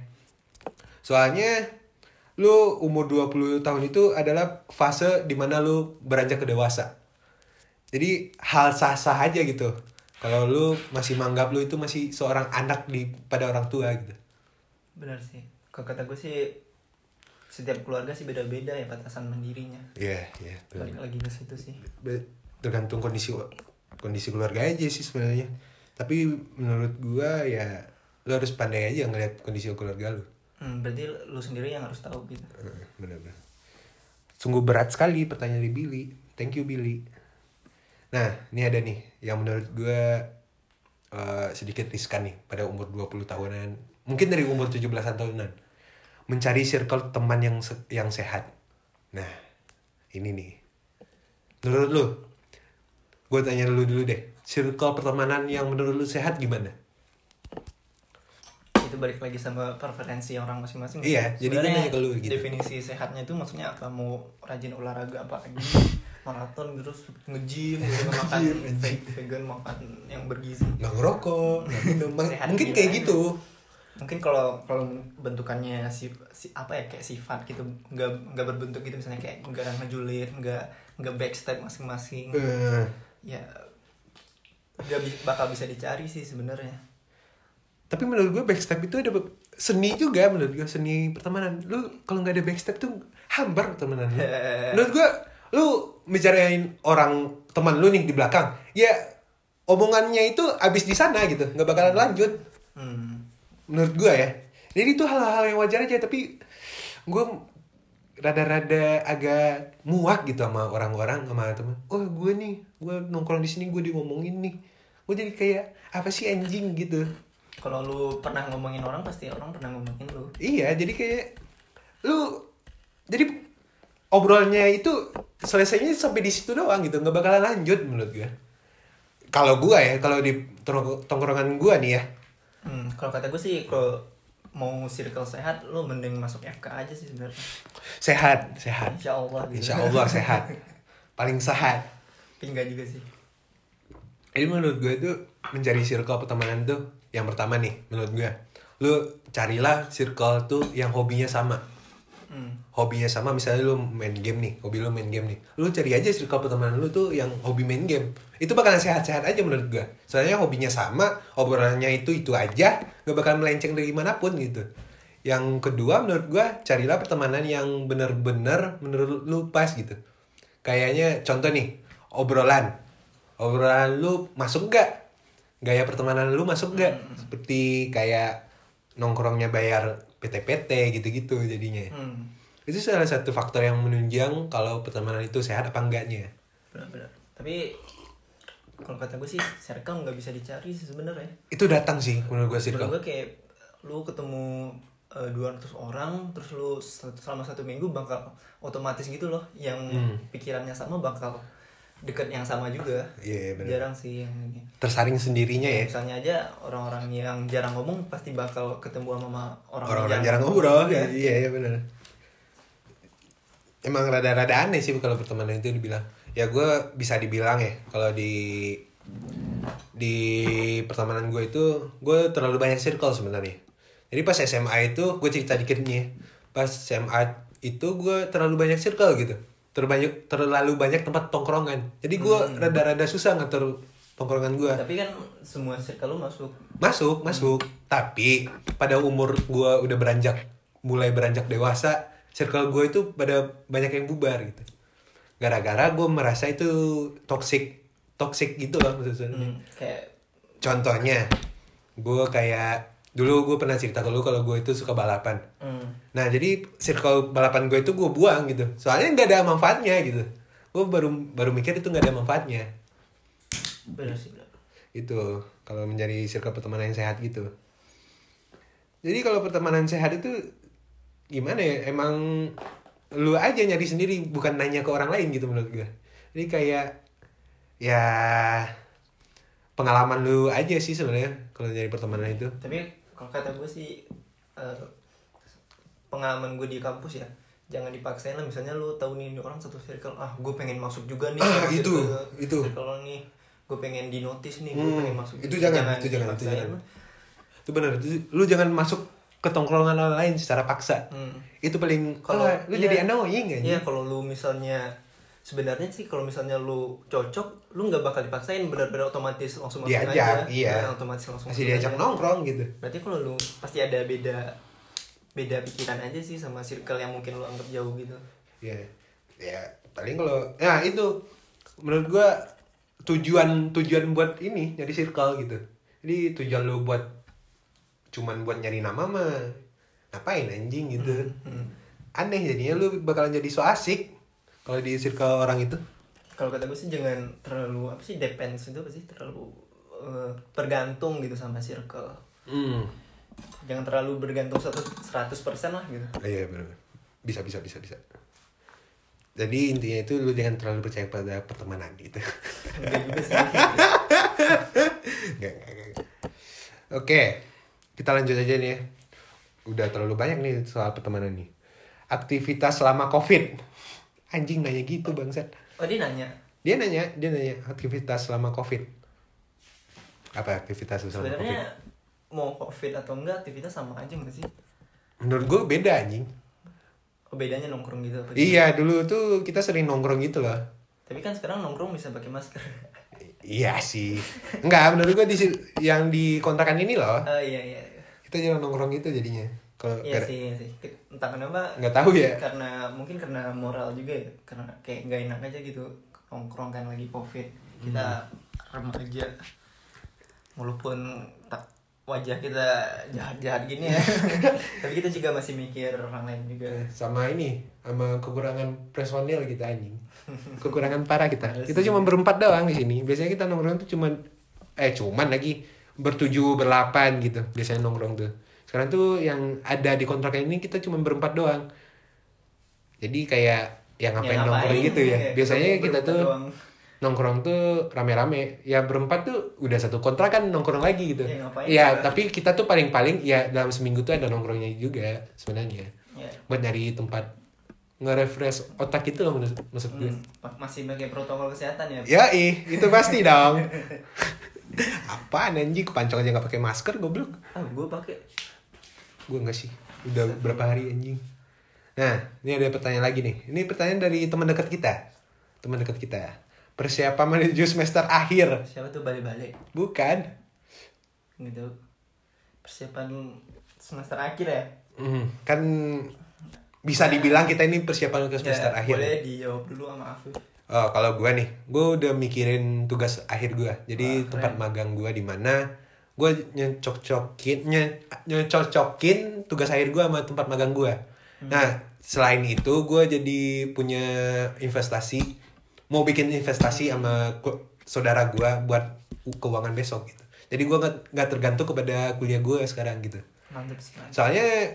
Soalnya lu umur dua puluh tahun itu adalah fase dimana lu beranjak ke dewasa. Jadi hal sah-sah aja gitu. Kalau lu masih menganggap lu itu masih seorang anak di pada orang tua gitu. Benar sih. Kalau kata gue sih setiap keluarga sih beda-beda ya batasan mandirinya. Iya, yeah, iya. Yeah, balik lagi ke situ sih. Tergantung kondisi kondisi keluarga aja sih sebenarnya. Tapi menurut gua ya lu harus pandai aja ngeliat kondisi keluarga lu. Hmm, berarti lu sendiri yang harus tahu gitu. Benar-benar. Sungguh berat sekali pertanyaan dari Billy. Thank you Billy. Nah, ini ada nih yang menurut gue uh, sedikit riskan nih pada umur dua puluh tahunan. Mungkin dari umur tujuh belasan tahunan. Mencari circle teman yang se- yang sehat. Nah, ini nih. Menurut lu, gue tanya lu dulu deh. Circle pertemanan yang menurut lu sehat gimana? Itu balik lagi sama preferensi orang masing-masing. Iya, jadi gue nanya ke lu gitu. Definisi sehatnya itu maksudnya apa? Mau rajin olahraga apa lagi? Maraton terus nge-gym, gitu, makan vegan, makan yang bergizi. Nggak ngerokok, nggak minum. Mungkin kayak gitu. Mungkin kalau kalau bentukannya si, si apa ya kayak sifat gitu, nggak nggak berbentuk gitu, misalnya kayak nggak ngejulit, nggak nggak backstep masing-masing, uh. ya nggak bi- bakal bisa dicari sih sebenarnya. Tapi menurut gue backstep itu ada seni juga, menurut gue seni pertemanan. Lu kalau nggak ada backstep tuh hambar pertemanan lu. Menurut gue lu bicarain orang teman lu nih di belakang, ya omongannya itu abis di sana gitu, nggak bakalan lanjut. Hmm. Menurut gue ya. Jadi itu hal-hal yang wajar aja, tapi gue rada-rada agak muak gitu sama orang-orang, sama temen. Oh gue nih, gue nongkrong di sini gue diomongin nih. Gue jadi kayak apa sih anjing gitu. Kalau lu pernah ngomongin orang, pasti orang pernah ngomongin lu. Iya, jadi kayak lu jadi obrolnya itu selesainya sampai di situ doang gitu, nggak bakalan lanjut menurut gue. Kalau gue ya, kalau di tongkrongan gue nih ya. Hmm, kalau kata gue sih, kalau mau circle sehat, lu mending masuk F K aja sih sebenarnya. Sehat, sehat. Insya Allah. Gitu. Insya Allah sehat. Paling sehat. Enggak juga sih. Jadi menurut gue itu mencari circle pertemanan tuh yang pertama nih, menurut gue, lu carilah circle tuh yang hobinya sama. Hmm. Hobinya sama, misalnya lu main game nih, hobi lu main game nih, lu cari aja circle pertemanan lu tuh yang hobi main game. Itu bakalan sehat-sehat aja menurut gue. Soalnya hobinya sama, obrolannya itu itu aja, gak bakal melenceng dari manapun gitu. Yang kedua menurut gue, carilah pertemanan yang bener-bener menurut lu pas gitu. Kayaknya contoh nih, obrolan obrolan lu masuk gak? Gaya pertemanan lu masuk gak? Hmm. Seperti kayak nongkrongnya bayar P T P T gitu-gitu jadinya. Hmm. Itu salah satu faktor yang menunjang kalau pertemanan itu sehat apa enggaknya. Benar-benar. Tapi kalau kata gue sih, circle nggak bisa dicari sih sebenarnya. Itu datang sih menurut gue circle. Menurut gue kayak lu ketemu uh, dua ratus orang, terus lu selama satu minggu bakal otomatis gitu loh, yang hmm. pikirannya sama bakal deket yang sama juga. Iya, yeah, benar. Jarang sih yang ini. Tersaring sendirinya ya. Misalnya aja orang-orang yang jarang ngomong pasti bakal ketemu sama orang orang-orang jarang ngobrol. Iya, iya, iya benar. Emang rada-rada aneh sih kalau pertemanan itu dibilang. Ya gue bisa dibilang ya, kalau di di pertemanan gue itu gue terlalu banyak circle sebenarnya. Jadi pas S M A itu gue cerita dikit nih. Pas S M A itu gue terlalu banyak circle gitu. Terbanyak terlalu banyak tempat tongkrongan. Jadi gue hmm. rada-rada susah ngatur tongkrongan gue. Tapi kan semua circle lu masuk. Masuk, masuk. Hmm. Tapi pada umur gue udah beranjak, mulai beranjak dewasa, circle gue itu pada banyak yang bubar gitu. Gara-gara gue merasa itu toxic, toxic gitu loh maksudnya. Hmm, kayak contohnya, gue kayak dulu gue pernah cerita ke lu kalau gue itu suka balapan. Hmm. Nah jadi circle balapan gue itu gue buang gitu. Soalnya nggak ada manfaatnya gitu. Gue baru baru mikir itu nggak ada manfaatnya. Benar sih benar. Itu kalau menjadi circle pertemanan yang sehat gitu. Jadi kalau pertemanan sehat itu gimana ya? Emang lu aja nyari sendiri, bukan nanya ke orang lain gitu menurut gue. Jadi kayak ya pengalaman lu aja sih sebenarnya kalau nyari pertemanan itu. Tapi kalau kata gue sih uh, pengalaman gue di kampus ya, jangan dipaksain lah. Misalnya lu tahu nih orang satu circle, ah gue pengen masuk juga nih. Ah, itu circle, itu circle nih, gue pengen di notice nih, hmm, gue pengen masuk. Itu jangan, jangan, itu jangan, itu jangan. Itu benar. Lu jangan masuk ke tongkrongan orang lain secara paksa. Hmm. Itu paling kalau ah, lu iya, jadi annoying aja. Iya, kalau lu misalnya sebenarnya sih kalau misalnya lu cocok, lu nggak bakal dipaksain, benar-benar otomatis langsung masuk diajak, aja. Iya. Nah, otomatis langsung masih diajak aja. Nongkrong gitu. Berarti kalau lu pasti ada beda beda pikiran aja sih sama circle yang mungkin lu anggap jauh gitu. Iya. Ya, paling kalau ya itu menurut gua tujuan tujuan buat ini nyari circle gitu. Jadi tujuan lu buat cuman buat nyari nama mah ngapain anjing gitu. Hmm, hmm. Aneh jadinya lu bakalan jadi so asik kalau di circle orang itu. Kalau kata gue sih jangan terlalu apa sih depends itu apa sih terlalu uh, bergantung gitu sama circle. Hmm. Jangan terlalu bergantung seratus persen lah gitu. Iya benar. Bisa bisa bisa bisa. Jadi intinya itu lu jangan terlalu percaya pada pertemanan gitu. Enggak juga sih. Enggak enggak enggak. Oke. Kita lanjut aja nih ya. Udah terlalu banyak nih soal pertemanan nih. Aktivitas selama Covid. Anjing nanya gitu bangsat. Oh dia nanya? Dia nanya, dia nanya aktivitas selama Covid. Apa aktivitas selama sebenarnya, Covid? Sebenarnya mau covid atau enggak aktivitas sama aja nggak sih? Menurut gue beda anjing. Oh, bedanya nongkrong gitu apa? Iya, dulu tuh kita sering nongkrong gitu loh. Tapi kan sekarang nongkrong bisa pakai masker. Iya sih. Enggak, menurut gue di yang di kontrakan ini loh. Oh iya iya. Kita jarang nongkrong gitu jadinya. Kalau Iya sih, iya sih. Entah kenapa. Nggak tahu ya. Karena mungkin karena moral juga ya. Karena kayak nggak enak aja gitu nongkrong kan lagi covid. Kita hmm. remaja. Walaupun tak wajah kita jahat-jahat gini ya. Tapi kita juga masih mikir orang lain juga. Sama ini, sama kekurangan personil kita anjing. Kekurangan parah kita. Kita cuma berempat doang di sini. Biasanya kita nongkrong tuh cuman eh cuman lagi bertujuh berlapan gitu. Biasanya nongkrong tuh. Sekarang tuh yang ada di kontrakan ini kita cuma berempat doang. Jadi kayak yang ngapain, ya, ngapain nongkrong gitu ya. ya. Biasanya kita tuh doang. Nongkrong tuh rame-rame, ya berempat tuh udah satu kontrakan nongkrong lagi gitu. Ya, ya tapi kita tuh paling-paling ya dalam seminggu tuh ada nongkrongnya juga sebenarnya. Ya. Buat nyari tempat nge-refresh otak gitu loh maksud gue. Hmm, masih pakai protokol kesehatan ya? Ya ih, itu pasti dong. Apaan anjing, kepancong aja nggak pakai masker goblok. Ah, gue pakai. Gue enggak sih. Udah Satu. berapa hari anjing. Nah, ini ada pertanyaan lagi nih. Ini pertanyaan dari teman dekat kita. Teman dekat kita. Persiapan menuju semester akhir. Siapa tuh balik-balik? Bukan. Gitu. Persiapan semester akhir ya? Mm, kan bisa dibilang kita ini persiapan ke semester ya, akhir. Boleh dijawab dulu sama Afif. Oh, kalau gue nih, gue udah mikirin tugas akhir gue. Jadi Wah, tempat keren. magang gue di mana, gue nyocok-cokin, nyocok-cokin tugas akhir gue sama tempat magang gue. Hmm. Nah, selain itu gue jadi punya investasi. Mau bikin investasi sama saudara gue buat keuangan besok gitu. Jadi gue gak, gak tergantung kepada kuliah gue sekarang gitu. Mantap sekali. Soalnya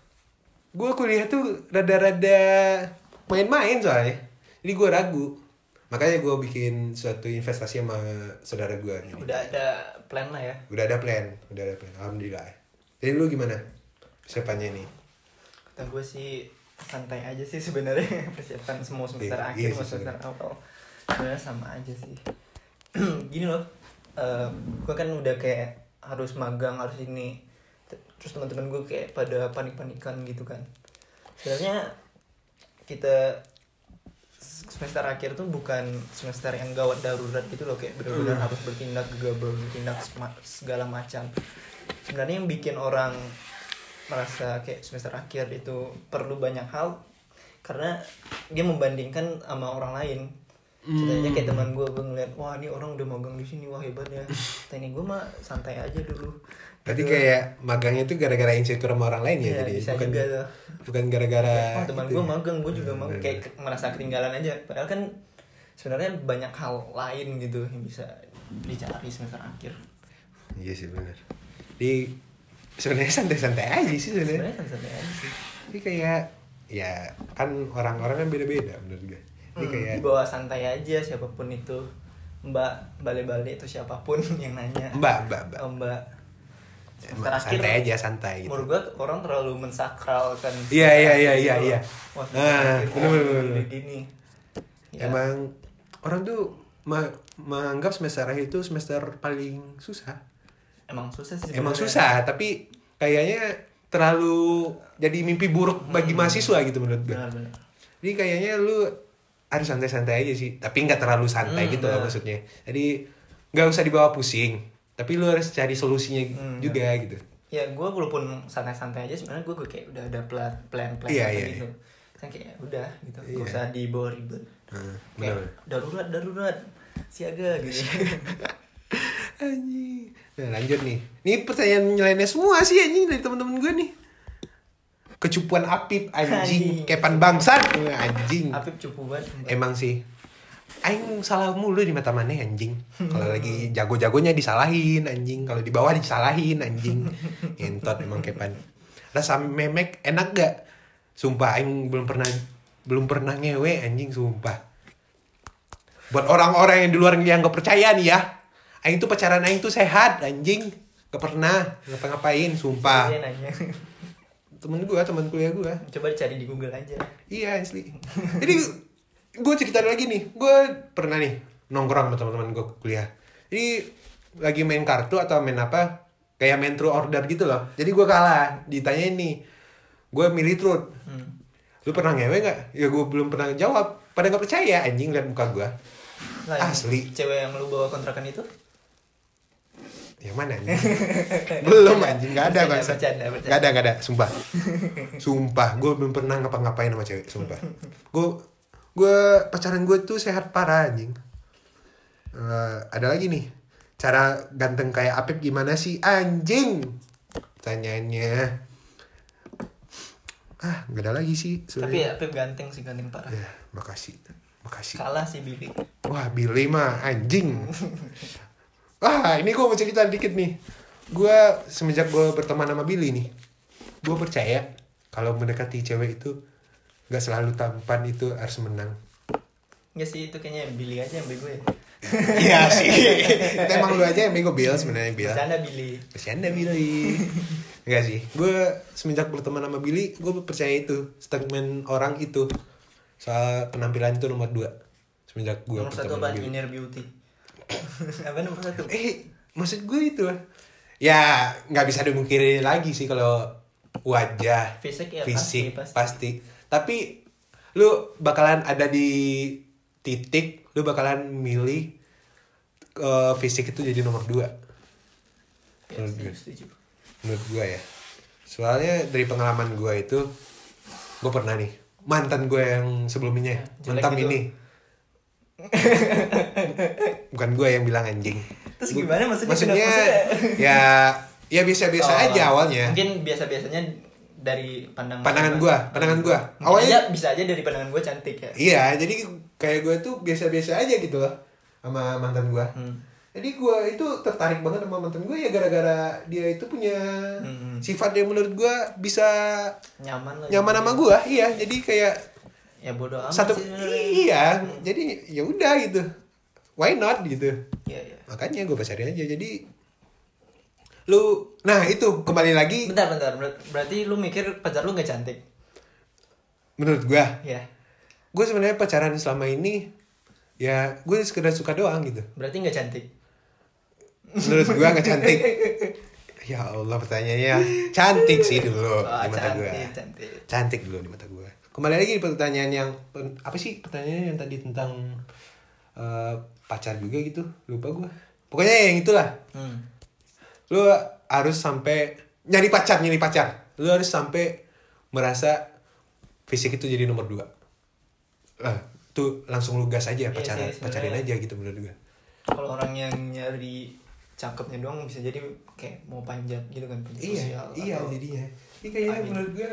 gue kuliah tuh rada-rada main-main soalnya. Jadi gue ragu. Makanya gue bikin suatu investasi sama saudara gue. Udah ada plan lah ya? Udah ada plan. Udah ada plan. Alhamdulillah. Jadi lu gimana persiapannya nih? Kata gue sih santai aja sih sebenarnya. Persiapan semua semester iya, akhir, iya semua semester awal sebenarnya sama aja sih. Gini loh, uh, gue kan udah kayak harus magang, harus ini, terus teman-teman gue kayak pada panik-panikan gitu kan. Sebenarnya kita semester akhir tuh bukan semester yang gawat darurat gitu loh, kayak benar-benar uh. harus bertindak gegabah, bertindak segala macam. Sebenarnya yang bikin orang merasa kayak semester akhir itu perlu banyak hal karena dia membandingkan sama orang lain. Contohnya kayak teman gue, gue ngeliat, wah ini orang udah magang di sini, wah hebat ya. Ini gue mah santai aja dulu. Berarti gitu. Kayak magangnya tuh gara-gara insecure sama orang lain ya, ya jadi bisa bukan juga tuh. Bukan gara-gara oh, teman gitu gue ya? Magang, gue juga magang, kayak merasa ketinggalan aja. Padahal kan sebenarnya banyak hal lain gitu yang bisa dicari semester akhir. Iya sih benar. Di sebenarnya santai-santai aja sih sebenarnya. Sebenarnya santai aja sih. Ini kayak ya kan orang-orang kan beda-beda menurut gue. Ini hmm, kayak dibawa santai aja siapapun itu. Mbak, balik-balik atau siapapun yang nanya. Mbak, mbak, mbak. Oh, mbak. Semester santai akhir, aja santai gitu. Menurut gue orang terlalu mensakralkan. Iya iya iya iya iya. Wah, nah, bener-bener gini. Ya. Emang orang tuh ma- menganggap semester akhir itu semester paling susah. Emang susah sih. Emang susah, tapi kayaknya terlalu jadi mimpi buruk bagi hmm. mahasiswa gitu menurut gue. Benar-benar. Jadi kayaknya lu harus santai-santai aja sih, tapi nggak terlalu santai hmm, gitu loh maksudnya. Jadi nggak usah dibawa pusing, tapi lu harus cari solusinya hmm, juga ya. Gitu. Ya gue walaupun santai-santai aja sebenarnya gue kayak udah ada plan plan plan iya, iya, gitu. Kan kayak udah gitu, iya. Gak usah dibawa ribet. Hmm, kayak darurat darurat siaga gitu. Anjing. Nah, lanjut nih. Ini pertanyaan nyeleneh semua sih anjing dari teman-teman gue nih. Kecupuan Apip anjing, kepan bangsat anjing. Apip cupu banget. Emang sih. Aing salah mulu di mata maneh anjing. Kalau lagi jago-jagonya disalahin anjing, kalau di bawah disalahin anjing. Entot emang kepan. Rasa memek enak gak? Sumpah aing belum pernah belum pernah ngewe anjing sumpah. Buat orang-orang yang di luar yang gak percaya nih ya. Aing tuh pacaran aing tuh sehat anjing. Gak pernah ngapa-ngapain sumpah. Temen gue, temen kuliah gue. Coba cari di Google aja. Iya asli. Jadi gue cerita lagi nih. Gue pernah nih nongkrong sama teman-teman gue kuliah. Jadi lagi main kartu atau main apa. kayak main through order gitu loh. Jadi gue kalah, ditanyain nih, gue milih truth. Hmm. Lu pernah ngewe nggak? Ya gue belum pernah jawab. Pada nggak percaya anjing liat muka gue. Nah, asli. Cewek yang lu bawa kontrakan itu? Yang mana anjing? Belum anjing, nggak ada kan? Nggak ada, nggak ada, sumpah. Sumpah, gue belum pernah ngapa-ngapain sama cewek, sumpah. Gue gue pacaran gue tuh sehat parah anjing. Uh, ada lagi nih, cara ganteng kayak Apip gimana sih anjing? Tanyanya. Ah, nggak ada lagi sih. Tapi Apip ganteng sih, ganteng parah. Ya, makasih, makasih. Kalah sih Billy. Wah, Billy mah anjing. Wah, ini gue mau cerita dikit nih. Gue semenjak gue berteman sama Billy nih, gue percaya kalau mendekati cewek itu nggak selalu tampan itu harus menang. Nggak sih, itu kayaknya Billy aja yang bego ya. Iya sih. Itu emang lu aja yang bego, Bill, sebenarnya Bill. Bercanda Billy. Bercanda Billy. Enggak sih. Gue semenjak berteman sama Billy, gue percaya itu statement orang itu soal penampilan itu nomor dua. Semenjak gue berteman sama Billy. Nomor satu apa? Inner beauty. Apa nomor satu? Eh, maksud gue itu ya nggak bisa dimungkiri lagi sih kalau wajah, fisik ya, fisik pasti, pasti. pasti. Tapi lu bakalan ada di titik lu bakalan milih uh, fisik itu jadi nomor dua. Ya, menurut gue. Setuju. Menurut gue ya. Soalnya dari pengalaman gue itu, gue pernah nih mantan gue yang sebelumnya, ya, mantan gitu. Ini. Bukan gue yang bilang anjing. Terus gimana maksudnya? Maksudnya ya ya biasa-biasa oh, aja awalnya. Mungkin biasa-biasanya dari pandangan pandangan gue, pandangan gue. Awalnya aja, bisa aja dari pandangan gue cantik ya. Iya, jadi kayak gue tuh biasa-biasa aja gitu loh sama mantan gue. Hmm. Jadi gue itu tertarik banget sama mantan gue ya gara-gara dia itu punya hmm. sifat yang menurut gue bisa nyaman lah. Nyaman sama gue, iya. Jadi kayak ya bodoh amat satu sih, iya hmm. Jadi ya udah gitu, why not gitu. Iya, iya. Makanya gue pacarin aja. Jadi lu, nah itu kembali lagi. Bentar bentar Ber- berarti lu mikir pacar lu gak cantik? Menurut gue ya, gue sebenarnya pacaran selama ini ya gue sekedar suka doang gitu. Berarti gak cantik? Menurut gue gak cantik. Ya Allah, pertanyaannya cantik sih dulu. Oh, di mata gue cantik. Cantik dulu di mata gue. Kembali lagi di pertanyaan yang apa sih pertanyaannya yang tadi tentang uh, pacar juga gitu, lupa gue. Pokoknya yang itulah. Hmm. Lu harus sampai nyari pacar, nyari pacar. Lu harus sampai merasa fisik itu jadi nomor dua. Lah, tuh langsung lu gas aja pacaran, iya sih, pacarin aja gitu menurut gue. Kalau orang yang nyari cakepnya doang bisa jadi kayak mau panjat gitu kan, panjat iya, sosial. Iya, jadinya. Ini kayaknya menurut gue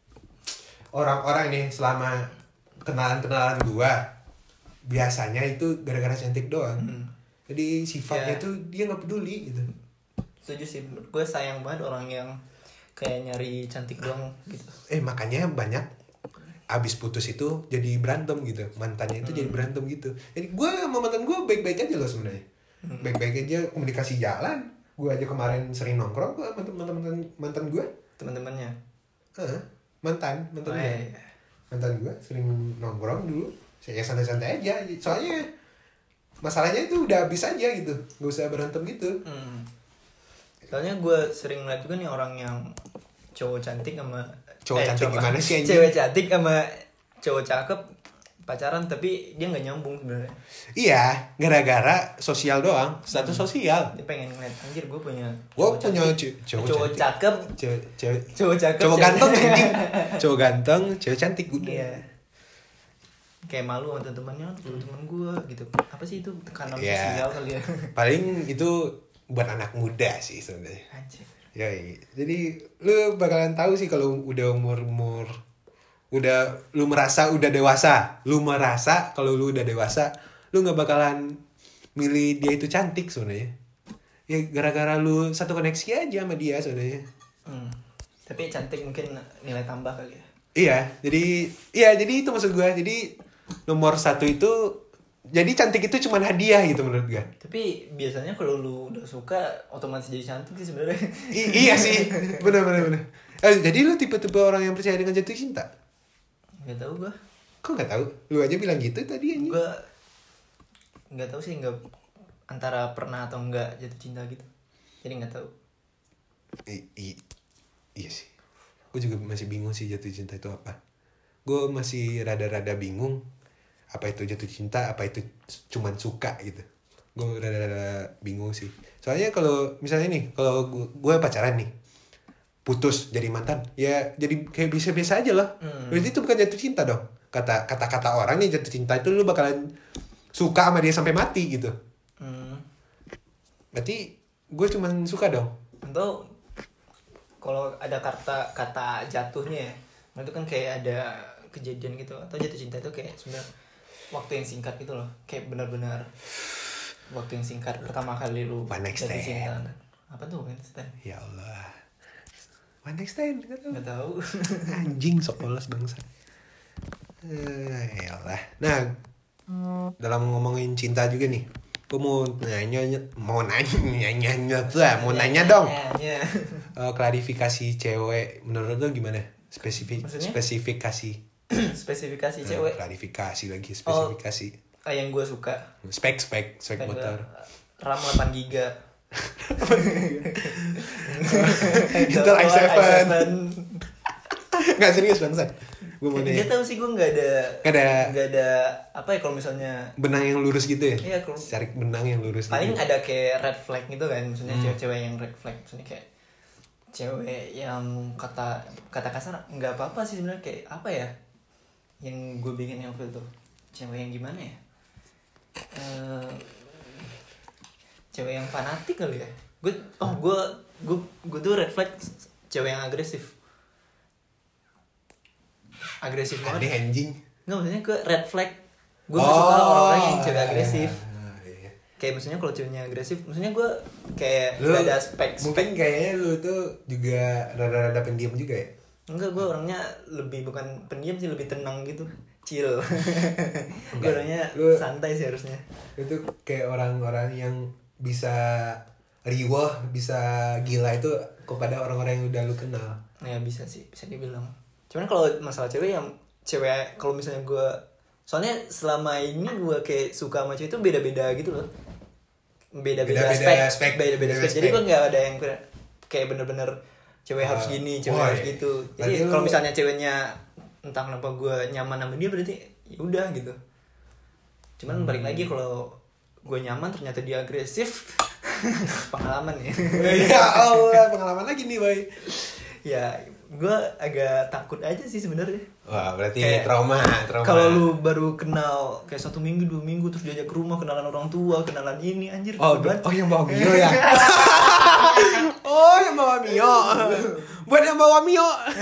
orang-orang nih selama kenalan-kenalan gua biasanya itu gara-gara cantik doang. Hmm. Jadi sifatnya yeah. tuh dia nggak peduli gitu. Setuju sih, gue sayang banget orang yang kayak nyari cantik doang gitu. Eh makanya banyak abis putus itu jadi berantem gitu, mantannya itu hmm. jadi berantem gitu. Jadi gue sama mantan gue baik-baik aja loh sebenarnya, hmm. baik-baik aja, komunikasi jalan. Gue aja kemarin sering nongkrong gue sama teman-teman mantan gue, teman-temannya. Uh, mantan mantan oh, gue iya. mantan gue sering nongkrong dulu, saya santai-santai aja. Soalnya masalahnya itu udah habis aja gitu, nggak usah berantem gitu. Hmm. Soalnya gue sering ngeliat juga nih orang yang cowok cantik sama cowok eh, cantik cowok, gimana sih anjing? Cewek cantik sama cowok cakep pacaran tapi dia nggak nyambung sebenarnya. Iya, gara-gara sosial doang, status hmm. sosial. Dia pengen ngeliat, anjir gue punya gue punya c- cowok, cowok cakep, cewek cewek cowok cakep, cowok ganteng anjing, cowok ganteng, cewek cantik gue. Iya. Kayak malu sama teman-temannya, teman-teman gue gitu. Apa sih itu tekanan yeah. sosial kali ya? Paling itu buat anak muda sih sebenarnya. Anjir. Ya, jadi lu bakalan tahu sih kalau udah umur-umur udah lu merasa udah dewasa, lu merasa kalau lu udah dewasa, lu nggak bakalan milih dia itu cantik sebenarnya. Ya gara-gara lu satu koneksi aja sama dia sebenarnya. Hmm. Tapi cantik mungkin nilai tambah kali ya. Iya, jadi iya jadi itu maksud gue. Jadi nomor satu itu jadi cantik itu cuma hadiah gitu menurut gue. Tapi biasanya kalau lu udah suka otomatis jadi cantik sih sebenarnya. I- iya sih, benar benar benar. Eh, jadi lu tipe-tipe orang yang percaya dengan jatuh cinta? Gak tahu gua. Kok gak tahu? Lu aja bilang gitu tadi anjing. Gua nggak tahu sih, nggak antara pernah atau enggak jatuh cinta gitu. Jadi nggak tahu. I- i- iya sih. Gue juga masih bingung sih jatuh cinta itu apa. Gue masih rada-rada bingung apa itu jatuh cinta, apa itu cuman suka gitu. Gue rada-rada bingung sih. Soalnya kalau misalnya nih, kalau gue pacaran nih, putus jadi mantan, ya jadi kayak biasa-biasa aja lah. Hmm. Berarti itu bukan jatuh cinta dong. Kata kata-kata orang nih jatuh cinta itu lu bakalan suka sama dia sampai mati gitu. Hmm. Berarti gue cuman suka dong. Atau kalau ada kata kata jatuhnya ya, itu kan kayak ada kejadian gitu. Atau jatuh cinta itu kayak sebenarnya waktu yang singkat gitu loh, kayak benar-benar waktu yang singkat pertama kali lu One night jatuh stand. cinta. Apa tuh one night stand? Ya Allah. One night stand gak tau. Nggak tahu. Anjing sok polos bangsa. Eh, yalah. Nah, dalam ngomongin cinta juga nih, gue mau nanya, mau nanya, nanya tuh, mau nanya dong. Ya, ya. Uh, klarifikasi cewek, menurut lo gimana? Spesifik, Maksudnya? spesifikasi. Spesifikasi Uh, cewek. klarifikasi lagi, spesifikasi. Ah, yang gue suka. Spek, spek, spek Kayak motor. RAM delapan giga. Intel i tujuh. Nggak serius bangsa. Gue mau nanya. Gak tau sih, gue nggak ada Nggak ada nggak ada apa ya kalau misalnya benang yang lurus gitu ya? Iya, kalau- cari benang yang lurus paling gitu. ada kayak red flag gitu kan, maksudnya Hmm. cewek-cewek yang red flag, maksudnya kayak cewek yang kata kata kasar nggak apa-apa sih sebenarnya, kayak apa ya yang gue bikin yang feel tuh cewek yang gimana ya. Eh, cewek yang fanatik kali ya. Gue oh gue gue gue tuh red flag cewek yang agresif agresif Aneh banget. anjing. Nggak, maksudnya gue red flag, gue gak suka orang-orang yang cewek agresif. iya, iya. Kayak maksudnya kalau ceweknya agresif, maksudnya gue kayak Lu gak ada spek mungkin spek. kayaknya lu tuh juga rada-rada pendiam juga ya? Enggak, gue orangnya lebih bukan pendiam sih, lebih tenang gitu, chill. Gue Enggak. orangnya Lu- santai sih harusnya. Itu kayak orang-orang yang bisa riwah, bisa gila itu kepada orang-orang yang udah lu kenal. Nah, ya bisa sih, bisa dibilang. Cuman kalau masalah cewek yang cewek, kalau misalnya gue, soalnya selama ini gue kayak suka sama cewek itu beda-beda gitu loh. Beda-beda, Beda-beda spek, spek, beda-beda beda-beda spek. Jadi spek. gue nggak ada yang kayak bener-bener cewek Ah, harus gini, cewek oh, harus iya. gitu. Berarti Jadi lu- kalau misalnya ceweknya entah kenapa gue nyaman sama dia, berarti ya udah gitu. Cuman balik lagi kalau gue nyaman ternyata dia agresif, pengalaman ya. Ya Allah, pengalaman lagi nih, boy. Ya gue agak takut aja sih sebenarnya. Wah, berarti Kayak- trauma, trauma. Kalau lu baru kenal kayak satu minggu dua minggu terus diajak ke rumah, kenalan orang tua, kenalan ini, anjir. Oh, beban. oh yang bawa Mio ya? Oh, yang bawa Mio. Buat yang bawa Mio.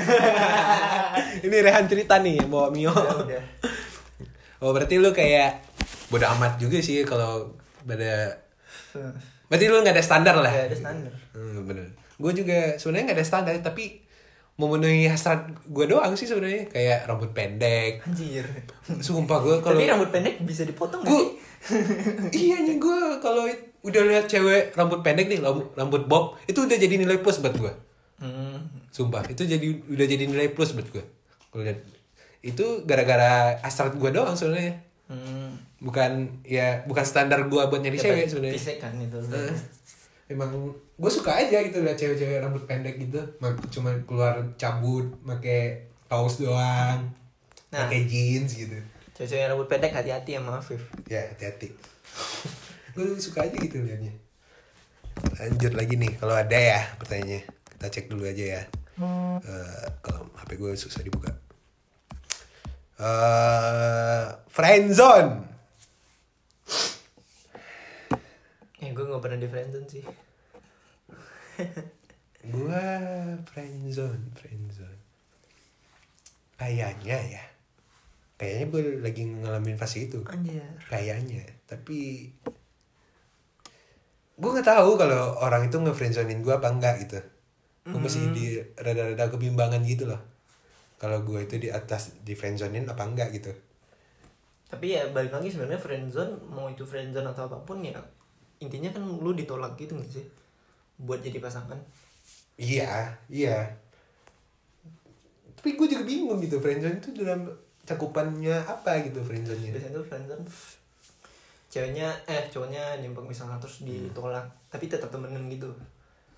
Ini Rehan cerita nih yang bawa Mio. Udah, udah. Oh, berarti lu kayak bodo amat juga sih kalau pada berarti lu nggak ada standar lah. Gak ada standar. Hmm, bener. Gue juga sebenarnya nggak ada standar, tapi memenuhi hasrat gue doang sih sebenarnya, kayak rambut pendek. Anjir. Sumpah gue kalau Tapi rambut pendek bisa dipotong gak gue sih? iya nih, gue kalau udah lihat cewek rambut pendek nih, rambut, rambut bob, itu udah jadi nilai plus buat gue. Hmm. Sumpah, itu jadi udah jadi nilai plus buat gue. Kalau lihat itu gara-gara hasrat gue doang sebenarnya. Hmm. Bukan ya bukan standar gue buat nyari Ya, cewek baik, sebenarnya. fisik kan itu. Eh, emang gue suka aja gitu lihat cewek-cewek rambut pendek gitu, mak- cuma keluar cabut pakai kaos doang, Nah. pakai jeans gitu. Cewek-cewek yang rambut pendek hati-hati sama Afif. Ya hati-hati. Gue suka aja gitu liatnya. Lanjut lagi nih, kalau ada ya pertanyaannya, kita cek dulu aja ya. Eh, kalau H P gue susah dibuka. Eh, friendzone. Eh, gue gak pernah di friendzone sih. Gue friendzone, friendzone. Kayaknya ya. Kayaknya gue lagi ngalamin fase itu. Anjir. Kayaknya, tapi gue nggak tahu kalau orang itu nge-friendzonein gue apa enggak gitu. Gue masih di rada-rada kebimbangan gitu loh. Kalau gue itu di atas di friendzonein apa enggak gitu. Tapi ya balik lagi sebenarnya friendzone, mau itu friendzone atau apapun ya, intinya kan lu ditolak gitu gak sih buat jadi pasangan. Iya, iya. Tapi gue juga bingung gitu, friendzone itu dalam cakupannya apa gitu friendzone-nya. Biasanya tuh friendzone ceweknya eh cowoknya nyempeng misalnya terus ditolak, tapi tetap temenan gitu.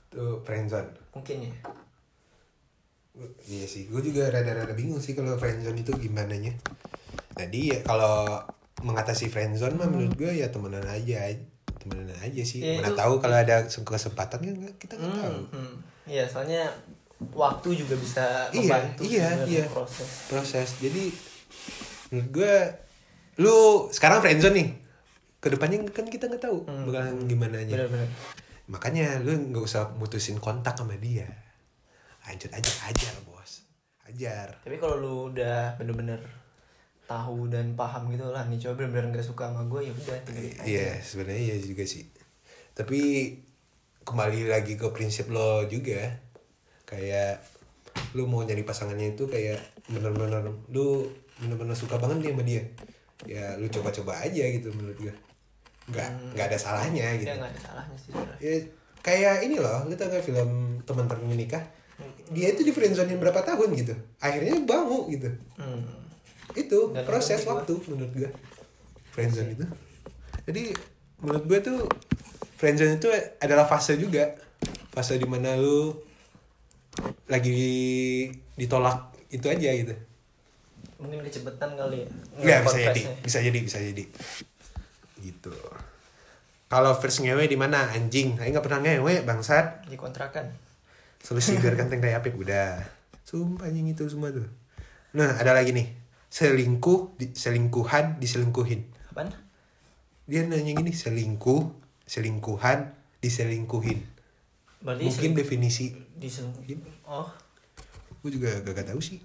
Tuh friendzone. Mungkin ya. Iya sih, gue juga rada-rada bingung sih kalau friendzone itu gimana nya. Jadi ya kalau mengatasi friendzone mah menurut gue ya temenan aja, temenan aja sih. Ya, Mana itu- tahu kalau ada kesempatan kan kita nggak Hmm, tahu. hmm. Iya, soalnya waktu juga bisa Iya, membantu iya, sebenarnya iya. proses. Proses. Jadi menurut gue, lu sekarang friendzone nih, kedepannya kan kita nggak tahu Hmm. bakalan gimana nya. Benar-benar. Makanya lu nggak usah mutusin kontak sama dia, lanjut aja, ajar bos, ajar. Tapi kalau lu udah bener-bener tahu dan paham gitu lah, nih coba bener-bener nggak suka sama gue, ya udah tinggalin aja. Iya sebenarnya iya juga sih, tapi kembali lagi ke prinsip lo juga, kayak lu mau nyari pasangannya itu kayak bener-bener lu bener-bener suka banget nih sama dia, ya lu coba-coba aja gitu menurut gue, nggak Hmm. nggak ada salahnya gitu. Ya nggak ada salahnya sih sebenarnya. Ya, kayak ini loh, lu tau gak film Teman Tak Menikah? Dia itu di friendzonein berapa tahun gitu, akhirnya bangun gitu. Hmm. Itu Dan proses itu waktu menurut gue, friendzone itu. Jadi menurut gue tuh friendzone itu adalah fase juga, fase dimana lu lagi ditolak itu aja gitu. Mungkin kecepetan kali ya. Nggak, bisa jadi, Confess-nya. bisa jadi, bisa jadi. Gitu. Kalau first ngewe di mana anjing? Aing nggak pernah ngewe bangsat. Di kontrakan. Solusi biar ganteng kayak Apip udah. Sumpah anjing itu semua tuh. Nah, ada lagi nih. Selingkuh, di, selingkuhan, diselingkuhin. Apaan? Dia nanya gini, selingkuh, selingkuhan, diselingkuhin. Berarti Mungkin seling- definisi. diselingkuhin. Oh, Gue juga gak, gak tahu sih.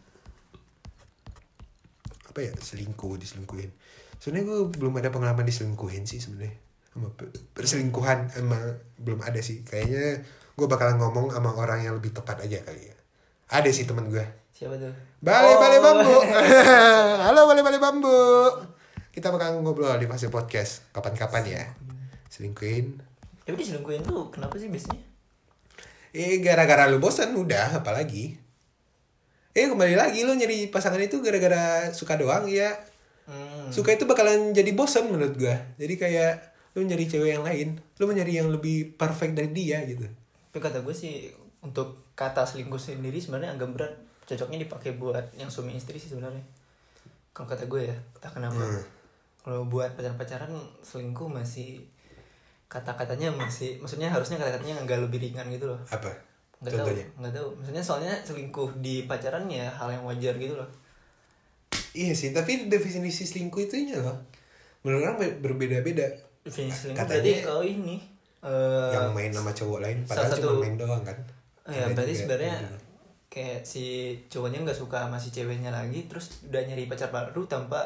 Apa ya, selingkuh, diselingkuhin. Sebenarnya gue belum ada pengalaman diselingkuhin sih sebenarnya. Sama pe- perselingkuhan emang belum ada sih. Kayaknya gue bakalan ngomong sama orang yang lebih tepat aja kali ya. Ada sih teman gue. siapa tuh? Bale Oh. bale bambu. Halo bale bale bambu. Kita bakal ngobrol di fase podcast kapan-kapan ya. Selingkuhin. Tapi diselingkuhin tuh kenapa sih biasanya? Eh gara-gara lu bosan udah apalagi. Eh kembali lagi lu nyari pasangan itu gara-gara suka doang ya. Hmm. Suka itu bakalan jadi bosan menurut gua. Jadi kayak lu nyari cewek yang lain, lu mencari yang lebih perfect dari dia gitu. Tapi kata gue sih untuk kata selingkuh sendiri sebenarnya agak berat. Cocoknya dipakai buat yang suami istri sih sebenarnya. Kalau kata gue ya, entah kenapa. Hmm. Kalau buat pacar-pacaran selingkuh masih kata-katanya masih, maksudnya harusnya kata-katanya nggak lebih ringan gitu loh. Apa? Nggak tahu, Contohnya? nggak tahu. Maksudnya soalnya selingkuh di pacaran ya hal yang wajar gitu loh. Iya sih, tapi definisi selingkuh itu nya loh. Menurut orang be- berbeda-beda. Definisi selingkuh Katanya- berarti oh ini. eh, Yang main sama cowok lain padahal salah cuma satu- main doang kan. Ya Ada berarti juga sebenarnya yang gitu. kayak si cowoknya nggak suka sama si ceweknya lagi, terus udah nyari pacar baru tanpa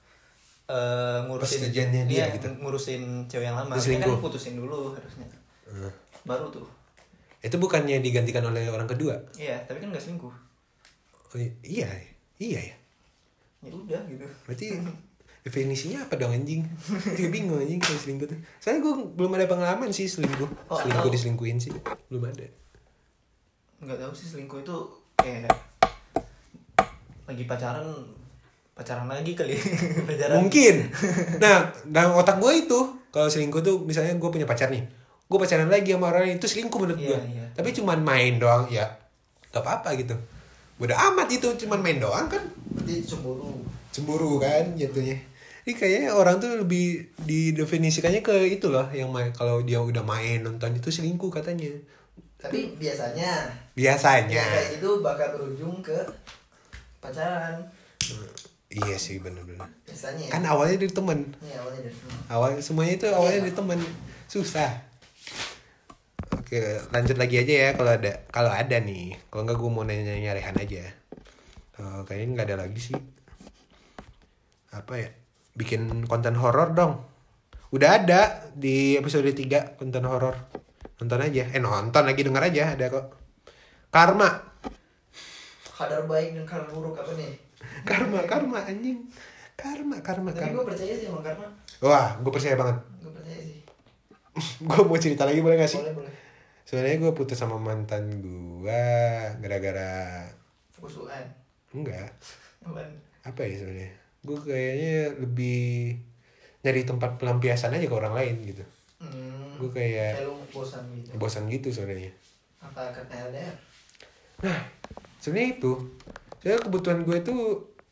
eh, ngurusin Persetujuannya dia iya, gitu. ngurusin cewek yang lama. Terus Harusnya kan selingkuh. putusin dulu harusnya. Hmm. Baru tuh. Itu bukannya digantikan oleh orang kedua? Iya, tapi kan nggak selingkuh. Oh, i- iya, iya ya. Ya udah gitu. Berarti definisinya apa dong anjing? Juga bingung anjing kalau selingkuh tuh. Soalnya gue belum ada pengalaman sih selingkuh. Oh, selingkuh atau- diselingkuhin sih belum ada. Nggak tahu sih selingkuh itu kayak lagi pacaran pacaran lagi kali. pacaran. Mungkin. Nah, dalam otak gue itu kalau selingkuh tuh misalnya gue punya pacar nih, gue pacaran lagi sama orang itu selingkuh menurut Iya, gue. iya. Tapi cuman main doang ya, gak apa-apa gitu. Bodoh amat itu cuman main doang kan. Berarti cemburu. Cemburu kan jatuhnya. Ini kayaknya orang tuh lebih didefinisikannya ke itu loh, yang main kalau dia udah main nonton itu selingkuh katanya. Tapi biasanya Biasanya. kayak gitu bakal berujung ke pacaran. Iya sih bener-bener. Biasanya. Kan awalnya dari temen. Ini awalnya dari sana. Awal semuanya itu awalnya Iya. dari temen. Susah. Oke, lanjut lagi aja ya kalau ada kalau ada nih. Kalau enggak gue mau nanya-nanya Rehan aja. Oh, kayaknya nggak ada lagi sih. Apa ya? Bikin konten horor dong. Udah ada di episode tiga konten horor. Nonton aja. Eh nonton lagi denger aja ada kok. Karma. Kadar baik dan kadar buruk apa nih? Karma, karma anjing. Karma, karma, Tapi karma. gue percaya sih sama karma. Wah, gue percaya banget. Gue percaya sih. Gue mau cerita lagi boleh gak sih? Boleh boleh. Sebenarnya gue putus sama mantan gue gara-gara Kusuan. enggak Apaan? apa ya sebenarnya. Gue kayaknya lebih nyari tempat pelampiasan aja ke orang lain gitu. Hmm. Gue kayak Kayak lu bosan gitu. bosan gitu sebenarnya. Apa karena L D R? Nah, sebenarnya itu. Saya kebutuhan gue itu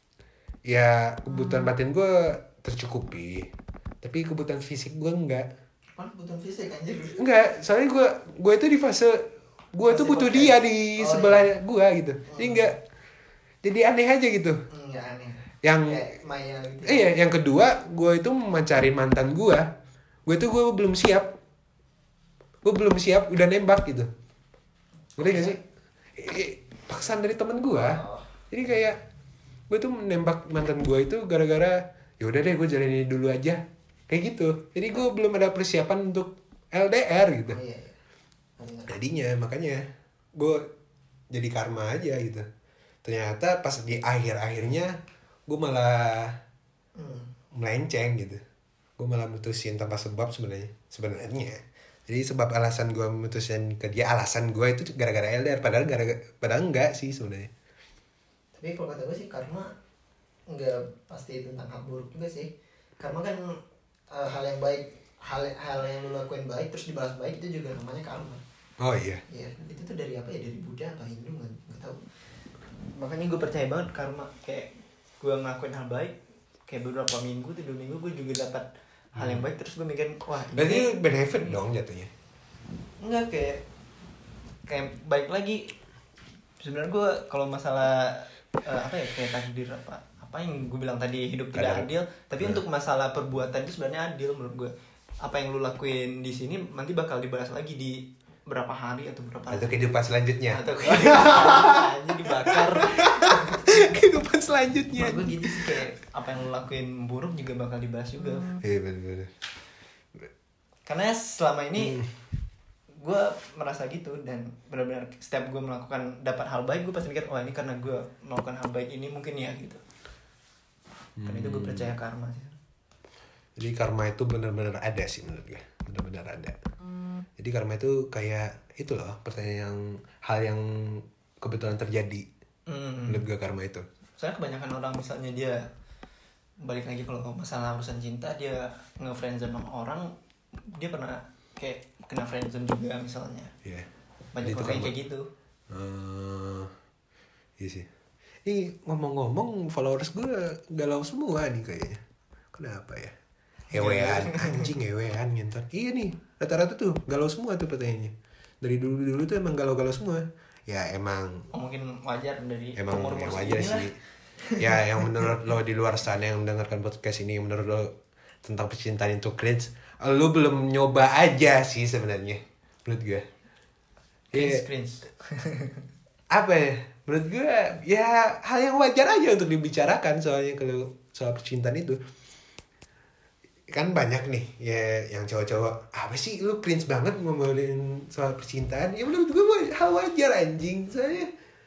ya kebutuhan batin gue tercukupi. Tapi kebutuhan fisik gue enggak. Apa kebutuhan fisik anjir? Enggak, soalnya gue gue itu di fase gue tuh butuh podcast. dia di Oh, sebelah iya. gue gitu. Jadi enggak, jadi aneh aja gitu. Enggak aneh. Yang Kayak Maya gitu. eh, iya, yang kedua gue itu mencari mantan gue. Gue tuh gue belum siap. Gue belum siap udah nembak gitu. Ngerti gak sih? Eh, paksaan dari temen gue. Oh. Jadi kayak gue tuh nembak mantan gue itu gara-gara ya udah deh gue jalanin dulu aja. Kayak gitu. Jadi gue belum ada persiapan untuk L D R gitu. Oh iya. iya. Jadinya makanya gue jadi karma aja gitu. Ternyata pas di akhir-akhirnya gue malah Hmm. melenceng gitu. Gue malah mutusin tanpa sebab sebenarnya. Sebenarnya. Jadi sebab alasan gue mutusin ke dia, alasan gue itu gara-gara L D R, padahal gara-gara padahal enggak sih sebenarnya. Tapi kalau kata gue sih karma nggak pasti tentang hal buruk juga sih. Karma kan eh, hal yang baik, hal hal yang lu lakuin baik terus dibalas baik itu juga namanya karma. Oh iya. Iya, itu tuh dari apa ya? Dari Buddha apa Hindu nggak nggak tahu. Makanya gue percaya banget karma. Kayak gue ngelakuin hal baik, kayak beberapa minggu tuh dua minggu gue juga dapat hal yang baik terus gue mikir wah ini Berarti benefit dong jatuhnya. enggak kayak kayak baik lagi. Sebenarnya gue kalau masalah eh, apa ya kayak takdir apa apa yang gue bilang tadi hidup tidak Kadang. adil, tapi Hmm. untuk masalah perbuatan itu sebenarnya adil menurut gue. Apa yang lu lakuin di sini nanti bakal dibalas lagi di berapa hari atau berapa Atau kehidupan selanjutnya. atau kehidupan dibakar. Kehidupan selanjutnya. Menurut gue gitu sih kayak apa yang lu lakuin buruk juga bakal dibahas juga. Iya benar-benar. Karena selama ini Hmm. gue merasa gitu dan benar-benar setiap gue melakukan dapat hal baik gue pasti mikir wah ini karena gue melakukan hal baik ini mungkin ya gitu. Karena itu gue percaya karma sih. Jadi karma itu benar-benar ada sih menurut gue, benar-benar ada. Jadi karma itu kayak itu loh, pertanyaan yang hal yang kebetulan terjadi. Hmm. Menurut gue karma itu. Soalnya kebanyakan orang misalnya dia balik lagi kalau masalah urusan cinta dia nge-friendzone sama orang, dia pernah kayak kena friendzone juga misalnya. Iya. Banyak Itu orang karma. kayak gitu. Eh, iya sih. Ini ngomong-ngomong followers gue galau semua nih kayaknya. Kenapa ya? Ewean, anjing ewean ngentot. Iya nih, rata-rata tuh galau semua tuh pertanyaannya. Dari dulu-dulu tuh emang galau-galau semua. Ya emang Oh, mungkin wajar dari emang umur-umur yang wajar segini lah. sih. Ya yang menurut lo di luar sana yang mendengarkan podcast ini, menurut lo tentang percintaan itu cringe, lo belum nyoba aja sih sebenarnya. Menurut gue. Cringe, Iya. cringe. Apa ya? Menurut gue ya hal yang wajar aja untuk dibicarakan soalnya kalau soal percintaan itu. Kan banyak nih ya yang cowok-cowok, apa sih lu cringe banget ngomongin soal percintaan? Ya menurut gue hal wajar anjing. Soalnya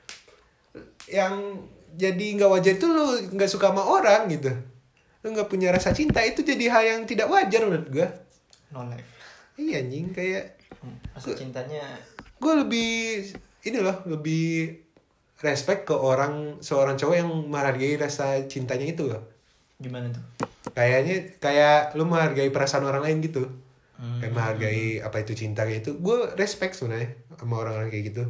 yang jadi nggak wajar itu lu nggak suka sama orang gitu, lu nggak punya rasa cinta, itu jadi hal yang tidak wajar menurut gue. No life. Iya anjing, kayak Rasa cintanya gue lebih ini loh, lebih respect ke orang, seorang cowok yang menghargai rasa cintanya itu loh. gimana tuh? Kayaknya kayak lu menghargai perasaan orang lain gitu. Hmm. Kayak menghargai apa itu cinta kayak itu. Gue respect sebenarnya sama orang-orang kayak gitu.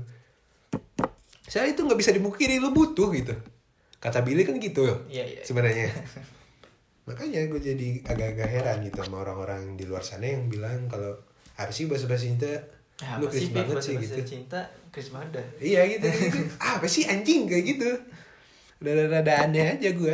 Saya itu nggak bisa dimungkiri, lu butuh gitu. Kata Billy kan gitu loh. Iya, iya. Sebenarnya. Makanya gue jadi agak-agak heran gitu sama orang-orang di luar sana yang bilang kalau apa sih bahasa-bahasa cinta, Ya, lu apa sih cringe banget sih bahasa gitu. cinta, Chris banget dah. Iya gitu, gitu. Apa sih anjing kayak gitu. Udah rada aneh aja gue.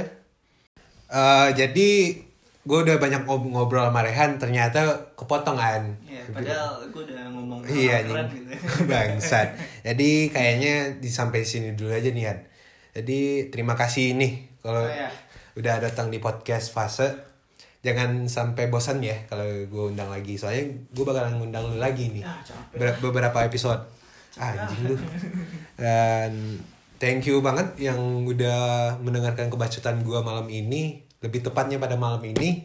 Eh jadi gue udah banyak ngob- ngobrol sama Rehan, ternyata kepotongan. Ya, padahal gue udah ngomong Iya hal keren nih, gitu. bangsat. Jadi kayaknya di sampai sini dulu aja nih Han. Jadi terima kasih nih kalau Oh, iya. udah datang di podcast Fase. Jangan sampai bosan ya kalau gue undang lagi. Soalnya gue bakalan ngundang lu lagi nih. Ah, capek. Ber- beberapa episode. Ah, anjing lu. Dan thank you banget yang udah mendengarkan kebacotan gue malam ini. Lebih tepatnya pada malam ini.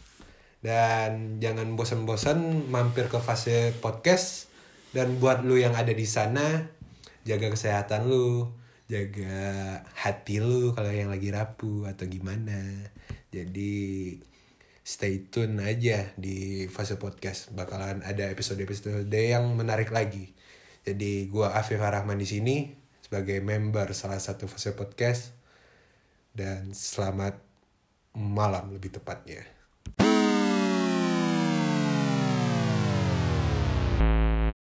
Dan jangan bosan-bosan mampir ke Fase Podcast. Dan buat lu yang ada di sana, jaga kesehatan lu, jaga hati lu kalau yang lagi rapuh atau gimana. Jadi stay tune aja di Fase Podcast, bakalan ada episode-episode yang menarik lagi. Jadi gue Afif Rahman di sini sebagai member salah satu Fase Podcast, dan selamat malam lebih tepatnya.